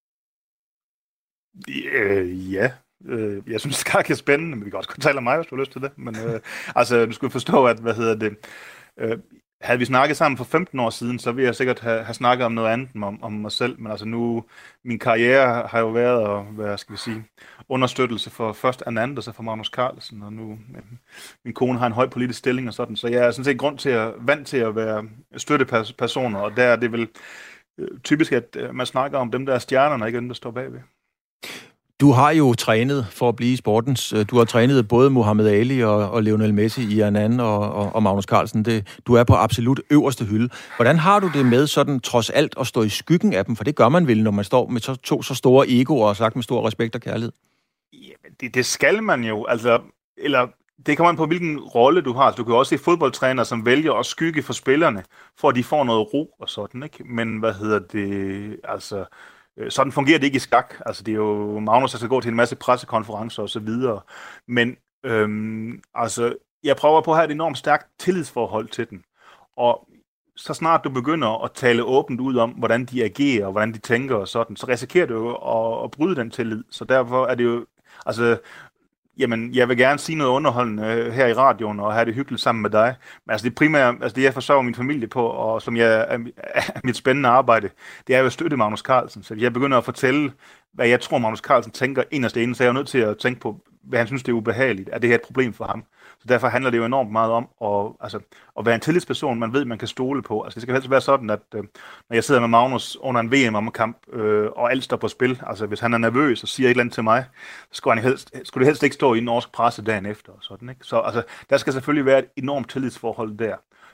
S2: Øh, ja, øh, jeg synes, skak er spændende, men vi kan også godt tale om mig, hvis du har lyst til det. Men øh, altså, du skulle forstå, at, hvad hedder det, øh, havde vi snakket sammen for femten år siden, så ville jeg sikkert have, have snakket om noget andet om, om mig selv, men altså nu, min karriere har jo været, at, hvad skal vi sige, understøttelse for først Anand, og så for Magnus Carlsen, og nu øh, min kone har en høj politisk stilling og sådan, så jeg er sådan set grund til at, vant til at være støttepersoner, og der er det vel øh, typisk, at øh, man snakker om dem, der er stjernerne, ikke dem, der står bagved.
S1: Du har jo trænet for at blive i sportens. Du har trænet både Muhammad Ali og, og Lionel Messi i Anand og, og, og Magnus Carlsen. Det, du er på absolut øverste hylde. Hvordan har du det med sådan trods alt at stå i skyggen af dem? For det gør man vel, når man står med to, to så store egoer og sagt med stor respekt og kærlighed.
S2: Jamen, det, det skal man jo. Altså, eller det kommer an på, hvilken rolle du har. Du kan jo også se fodboldtrænere, som vælger at skygge for spillerne, for at de får noget ro og sådan, ikke? Men hvad hedder det, altså... Sådan fungerer det ikke i skak. Altså, det er jo Magnus, der skal gå til en masse pressekonferencer og så videre. Men øhm, altså, jeg prøver på at have et enormt stærkt tillidsforhold til den. Og så snart du begynder at tale åbent ud om, hvordan de agerer og hvordan de tænker og sådan, så risikerer du jo at, at bryde den tillid. Så derfor er det jo, altså, jamen, jeg vil gerne sige noget underholdende her i radioen og have det hyggeligt sammen med dig. Men altså det primære, altså det jeg forsørger min familie på, og som jeg er, er mit spændende arbejde, det er jo at støtte Magnus Carlsen. Så jeg begynder at fortælle, hvad jeg tror, Magnus Carlsen tænker inderst inde, så jeg er nødt til at tænke på, hvad han synes, det er ubehageligt. Er det her et problem for ham? Så derfor handler det jo enormt meget om at, altså, at være en tillidsperson, man ved, man kan stole på. Altså det skal helst være sådan, at øh, når jeg sidder med Magnus under en V M-kamp, øh, og alt står på spil, altså hvis han er nervøs og siger et eller andet til mig, så skulle, han helst, skulle det helst ikke stå i norsk presse dagen efter. Og sådan, ikke? Så altså, der skal selvfølgelig være et enormt tillidsforhold der.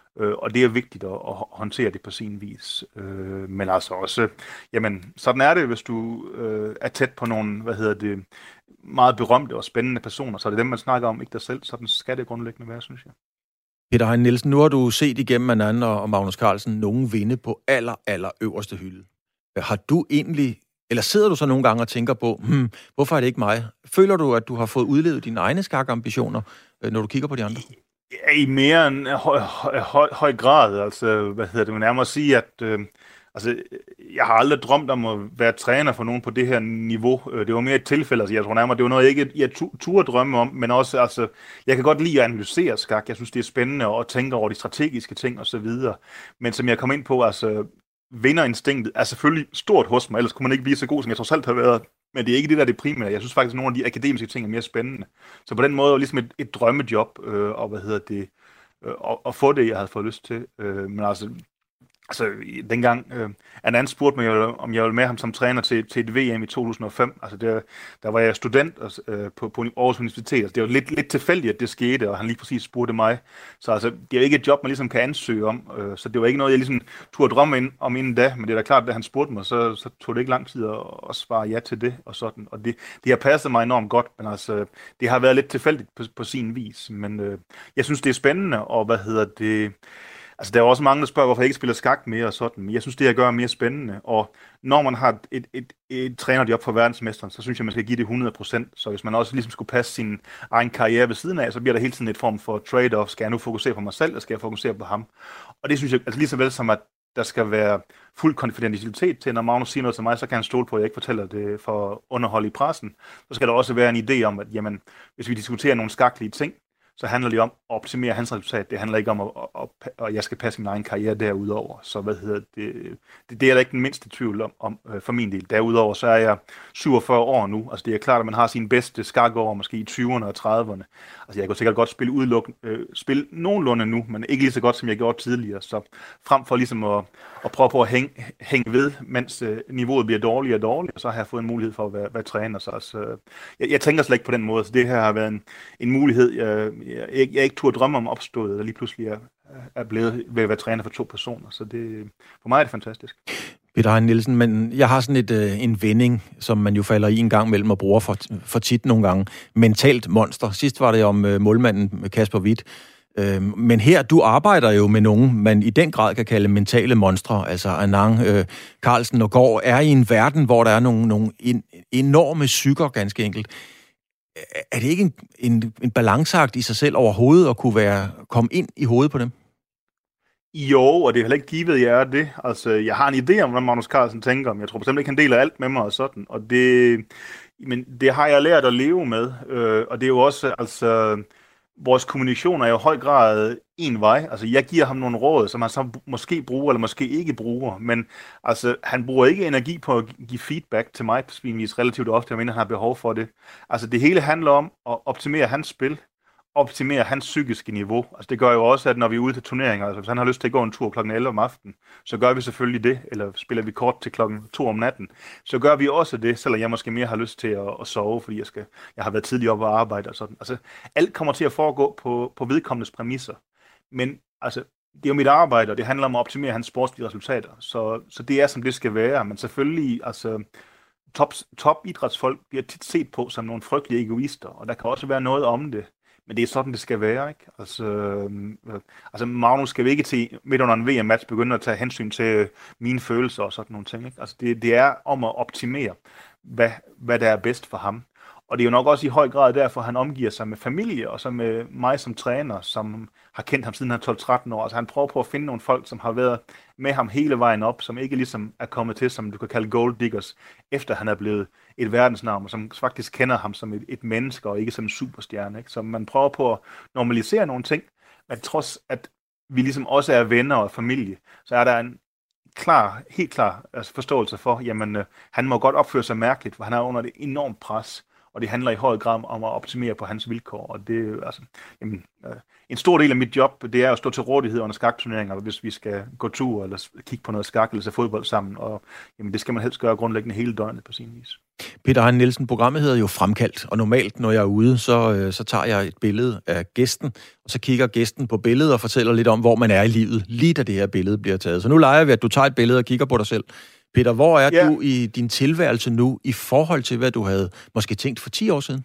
S2: Øh, og det er vigtigt at, at håndtere det på sin vis. Øh, men altså også, jamen, sådan er det, hvis du øh, er tæt på nogle, hvad hedder det, meget berømte og spændende personer, så er det dem, man snakker om, ikke dig selv. Sådan skal det grundlæggende være, synes jeg.
S1: Peter Hein Nielsen, nu har du set igennem Anand og Magnus Carlsen nogen vinde på aller, aller øverste hylde. Har du egentlig, eller sidder du så nogle gange og tænker på, hmm, hvorfor er det ikke mig? Føler du, at du har fået udlevet dine egne skakambitioner, når du kigger på de andre?
S2: Ja, i mere en høj, høj, høj grad. Altså, hvad hedder det? Man nærmere sige, at øh, altså, jeg har aldrig drømt om at være træner for nogen på det her niveau. Det var mere et tilfælde. Altså, jeg tror nærmere, det var noget, jeg ikke jeg turde drømme om, men også, altså, jeg kan godt lide at analysere skak. Jeg synes, det er spændende at tænke over de strategiske ting og så videre. Men som jeg kom ind på, altså, vinderinstinktet er selvfølgelig stort hos mig, ellers kunne man ikke blive så god, som jeg trods alt har været. Men det er ikke det, der er det primære. Jeg synes faktisk, at nogle af de akademiske ting er mere spændende. Så på den måde er det ligesom et, et drømmejob, øh, og hvad hedder det, øh, og, og få det, jeg havde fået lyst til. Øh, men altså, altså dengang øh, Anand spurgte mig, om jeg ville med ham som træner til, til et V M i to tusind og fem. Altså der, der var jeg student øh, på, på Aarhus Universitet. Altså, det var lidt, lidt tilfældigt, at det skete, og han lige præcis spurgte mig. Så altså, det er ikke et job, man ligesom kan ansøge om. Øh, så det var ikke noget, jeg ligesom turde drømme ind, om inden da. Men det er da klart, at da han spurgte mig, så, så tog det ikke lang tid at, at svare ja til det. Og sådan. Og det, det har passet mig enormt godt, men altså, det har været lidt tilfældigt på, på sin vis. Men øh, jeg synes, det er spændende, og hvad hedder det... Altså, der er også mange, der spørger, hvorfor jeg ikke spiller skak mere og sådan, men jeg synes, det her gør mere spændende, og når man har et, et, et, et trænerjob for verdensmesteren, så synes jeg, man skal give det hundrede procent, så hvis man også ligesom skulle passe sin egen karriere ved siden af, så bliver der hele tiden et form for trade-off. Skal jeg nu fokusere på mig selv, eller skal jeg fokusere på ham? Og det synes jeg, altså lige så vel som, at der skal være fuld konfidentialitet til, når Magnus siger noget til mig, så kan han stole på, at jeg ikke fortæller det for underhold i pressen. Så skal der også være en idé om, at jamen, hvis vi diskuterer nogle skaklige ting, så handler det om at optimere hans resultat. Det handler ikke om, at, at, at, at jeg skal passe min egen karriere derudover. Så hvad hedder det? Det, det er der ikke den mindste tvivl om, om for min del. Derudover så er jeg syvogfyrre år nu. Altså det er klart, at man har sine bedste skakår måske i tyverne og trediverne. Altså jeg kunne sikkert godt spille udelukkende, øh, spille nogenlunde nu, men ikke lige så godt, som jeg gjorde tidligere. Så frem for ligesom at, at prøve på at hænge, hænge ved, mens øh, niveauet bliver dårligere og dårligere, så har jeg fået en mulighed for at være, være træner. Så altså, jeg, jeg tænker slet ikke på den måde. Så det her har været en, en mulighed, jeg, jeg, jeg ikke turde drømme om opstået, og lige pludselig er, er blevet ved at være træner for to personer. Så det, for mig er det fantastisk.
S1: Peter Hein Nielsen, men jeg har sådan et, øh, en vending, som man jo falder i en gang mellem og bruger for, for tit nogle gange. Mentalt monster. Sidst var det om øh, målmanden Kasper Hvidt. Øh, men her, du arbejder jo med nogen, man i den grad kan kalde mentale monstre. Altså Anand, øh, Carlsen og Gaard er i en verden, hvor der er nogle, nogle en, enorme psyker, ganske enkelt. Er det ikke en, en, en balanceakt i sig selv overhovedet at kunne være komme ind i hovedet på dem?
S2: Jo, og det er heller ikke givet, jeg er det. Altså, jeg har en idé om, hvad Magnus Carlsen tænker om. Jeg tror bestemt ikke, han deler alt med mig og sådan. Og det, men det har jeg lært at leve med. Øh, og det er jo også, altså, vores kommunikation er jo i høj grad en vej. Altså, jeg giver ham nogle råd, som han så måske bruger, eller måske ikke bruger. Men altså, han bruger ikke energi på at give feedback til mig, på svinvis relativt ofte, jeg mener, han har behov for det. Altså, det hele handler om at optimere hans spil, optimere hans psykiske niveau. Altså det gør jo også, at når vi er ude til turneringer, altså hvis han har lyst til at gå en tur klokken elleve om aftenen, så gør vi selvfølgelig det, eller spiller vi kort til klokken to om natten, så gør vi også det, selvom jeg måske mere har lyst til at, at sove, fordi jeg, skal, jeg har været tidligere oppe og arbejde og sådan. Altså alt kommer til at foregå på, på vedkommendes præmisser. Men altså, det er jo mit arbejde, og det handler om at optimere hans sportslige resultater. Så, så det er, som det skal være. Men selvfølgelig, altså, top, top idrætsfolk bliver tit set på som nogle frygtelige egoister, og der kan også være noget om det. Men det er sådan, det skal være, ikke? Altså, øh, altså Magnus skal vi ikke til midt under en V M-match begynde at tage hensyn til mine følelser og sådan nogle ting, ikke? Altså, det, det er om at optimere, hvad, hvad der er bedst for ham. Og det er jo nok også i høj grad derfor, han omgiver sig med familie, og så med mig som træner, som har kendt ham siden han er tolv tretten år. Altså han prøver på at finde nogle folk, som har været med ham hele vejen op, som ikke ligesom er kommet til, som du kan kalde gold diggers, efter han er blevet et verdensnavn, og som faktisk kender ham som et, et menneske, og ikke som en superstjerne. Ikke? Så man prøver på at normalisere nogle ting, men trods at vi ligesom også er venner og familie, så er der en klar, helt klar altså forståelse for, jamen han må godt opføre sig mærkeligt, for han er under et enormt pres. og det handler i høj grad om at optimere på hans vilkår, og det altså, jamen, øh, en stor del af mit job, det er at stå til rådighed under skakturneringer, hvis vi skal gå tur eller kigge på noget skak eller se fodbold sammen, og jamen, det skal man helst gøre grundlæggende hele døgnet på sin vis.
S1: Peter Heine Nielsen, programmet hedder jo Fremkaldt, og normalt, når jeg er ude, så, øh, så tager jeg et billede af gæsten, og så kigger gæsten på billedet og fortæller lidt om, hvor man er i livet, lige da det her billede bliver taget. Så nu leger vi, at du tager et billede og kigger på dig selv. Peter, hvor er ja. du i din tilværelse nu, i forhold til, hvad du havde måske tænkt for ti år siden?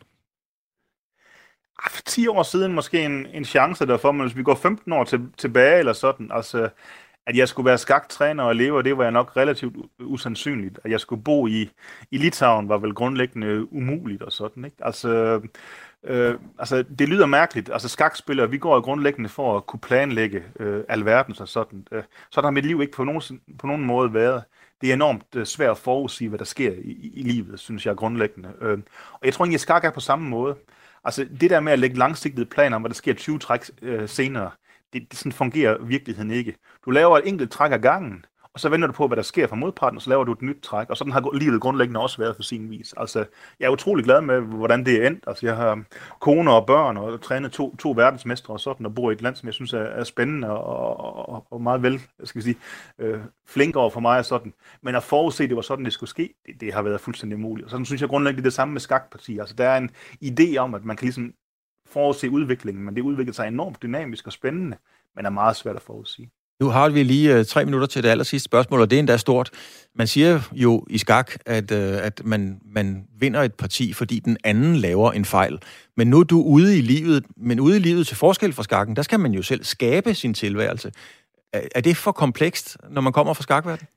S2: For ti år siden måske en, en chance derfor, men hvis vi går femten år til, tilbage eller sådan, altså at jeg skulle være skaktræner og elever, det var jeg nok relativt usandsynligt. At jeg skulle bo i, i Litauen var vel grundlæggende umuligt og sådan, ikke? Altså, øh, altså det lyder mærkeligt. Altså skakspillere, vi går jo grundlæggende for at kunne planlægge øh, alverdens og sådan. Øh, så har mit liv ikke på nogen, på nogen måde været. Det er enormt øh, svært at forudsige, hvad der sker i, i, i livet, synes jeg grundlæggende. Øh, og jeg tror egentlig, at skak er på samme måde. Altså det der med at lægge langsigtede planer om, hvad der sker tyve træk øh, senere, det, det sådan fungerer virkeligheden ikke. Du laver et enkelt træk ad gangen, og så venter du på, hvad der sker fra modparten, og så laver du et nyt træk, og sådan har livet grundlæggende også været for sin vis. Altså, jeg er utrolig glad med, hvordan det er endt. Altså, jeg har kone og børn, og trænet to, to verdensmestre og sådan, og bor i et land, som jeg synes er, er spændende og, og, og meget vel, skal vi sige, øh, flink over for mig og sådan. Men at forudse, det var sådan, det skulle ske, det, det har været fuldstændig umuligt. Og sådan synes jeg grundlæggende det samme med skakpartier. Altså, der er en idé om, at man kan ligesom forudse udviklingen, men det udvikler sig enormt dynamisk og spændende, men er meget svært at forudsige.
S1: Nu har vi lige uh, tre minutter til det aller sidste spørgsmål, og det er endda stort. Man siger jo i skak, at, uh, at man, man vinder et parti, fordi den anden laver en fejl. Men nu er du ude i livet, men ude i livet til forskel fra skakken, der skal man jo selv skabe sin tilværelse. Er, er det for komplekst, når man kommer fra skakverdenen?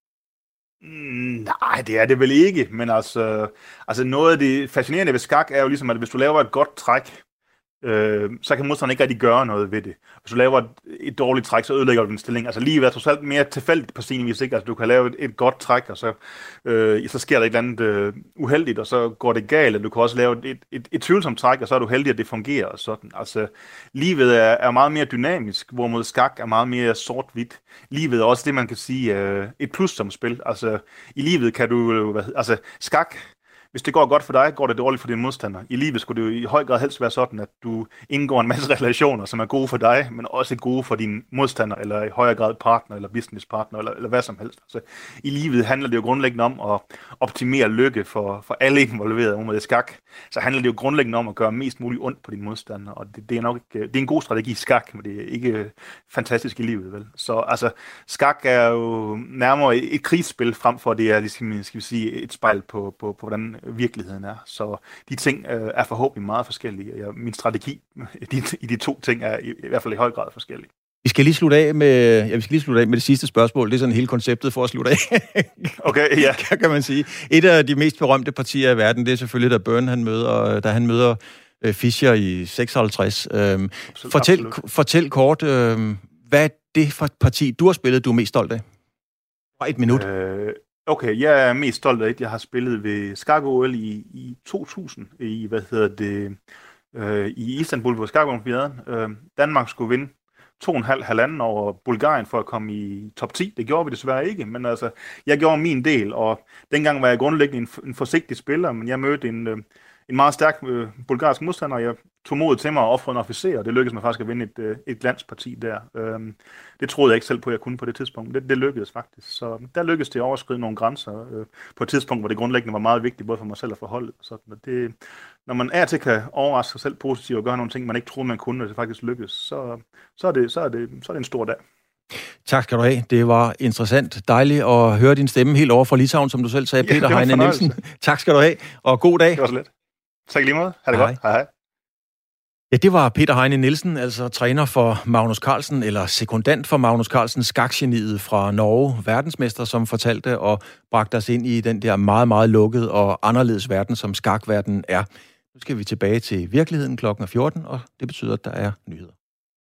S2: Mm, nej, det er det vel ikke, men altså, altså noget af det fascinerende ved skak er jo ligesom, at hvis du laver et godt træk, Øh, så kan modstanderen ikke rigtig gøre noget ved det. Hvis du laver et, et dårligt træk, så ødelægger du din stilling. Altså lige været trods alt mere tilfældigt på sin vis, ikke? Altså du kan lave et, et godt træk, og så, øh, så sker der et eller andet øh, uheldigt, og så går det galt, og du kan også lave et, et, et, et tvivlsomt træk, og så er du heldig, at det fungerer og sådan. Altså livet er, er meget mere dynamisk, hvorimod skak er meget mere sort-hvidt. Livet er også det, man kan sige, øh, et plus som spil. Altså i livet kan du, hvad, altså skak, hvis det går godt for dig, går det dårligt for din modstander. I livet skulle det jo i høj grad helst være sådan, at du indgår en masse relationer, som er gode for dig, men også gode for din modstander, eller i højere grad partner, eller businesspartner, eller, eller hvad som helst. Altså, i livet handler det jo grundlæggende om at optimere lykke for, for alle involverede. Om det er skak, så handler det jo grundlæggende om at gøre mest muligt ondt på din modstander, og det, det er nok ikke, det er en god strategi i skak, men det er ikke fantastisk i livet, vel? Så altså, skak er jo nærmere et krigsspil, frem for det er, ligesom, skal vi sige, et spejl på, på, på hvordan virkeligheden er. Så de ting øh, er forhåbentlig meget forskellige. Jeg, min strategi de, i de to ting er i, i hvert fald i høj grad forskellige.
S1: Vi skal lige slutte af med, ja, vi skal lige slutte af med det sidste spørgsmål. Det er sådan hele konceptet for at slutte af.
S2: Okay, ja.
S1: kan man sige. Et af de mest berømte partier i verden, det er selvfølgelig, da Byrne han møder, da han møder øh, Fischer i seksoghalvtreds. Øhm,
S2: absolut,
S1: fortæl,
S2: absolut.
S1: fortæl kort, øh, hvad er det for et parti, du har spillet, du er mest stolt af? Bare et minut. Øh...
S2: Okay, jeg er mest stolt af, at jeg har spillet ved skak-O L i, i to tusind, i, hvad hedder det, øh, i Istanbul på skak-olympiaden. Øh, Danmark skulle vinde to og en halv halvanden over Bulgarien for at komme i top ti. Det gjorde vi desværre ikke, men altså, jeg gjorde min del, og dengang var jeg grundlæggende en, en forsigtig spiller, men jeg mødte en, øh, en meget stærk øh, bulgarsk modstander, og jeg tog modet til mig og offrede en officer, og det lykkedes mig faktisk at vinde et, et glansparti der. Øhm, det troede jeg ikke selv på, at jeg kunne på det tidspunkt. Det, det lykkedes faktisk. Så der lykkedes det at overskride nogle grænser øh, på et tidspunkt, hvor det grundlæggende var meget vigtigt, både for mig selv og for holdet. Sådan, det, når man er til kan overraske sig selv positivt og gøre nogle ting, man ikke troede, man kunne, og det faktisk lykkes, så, så, er det, så, er det, så er det en stor dag.
S1: Tak skal du have. Det var interessant. Dejligt at høre din stemme helt over fra Litauen, som du selv sagde, Peter ja, Heine Nielsen. Tak skal du have, og god dag.
S2: Det var så let. Tak lige måde. Ha' det hej. Godt. Hej hej.
S1: Ja, det var Peter Heine Nielsen, altså træner for Magnus Carlsen, eller sekundant for Magnus Carlsen, skakgeniet fra Norge, verdensmester, som fortalte og bragte os ind i den der meget, meget lukkede og anderledes verden, som skakverdenen er. Nu skal vi tilbage til virkeligheden klokken fjorten, og det betyder, at der er nyheder.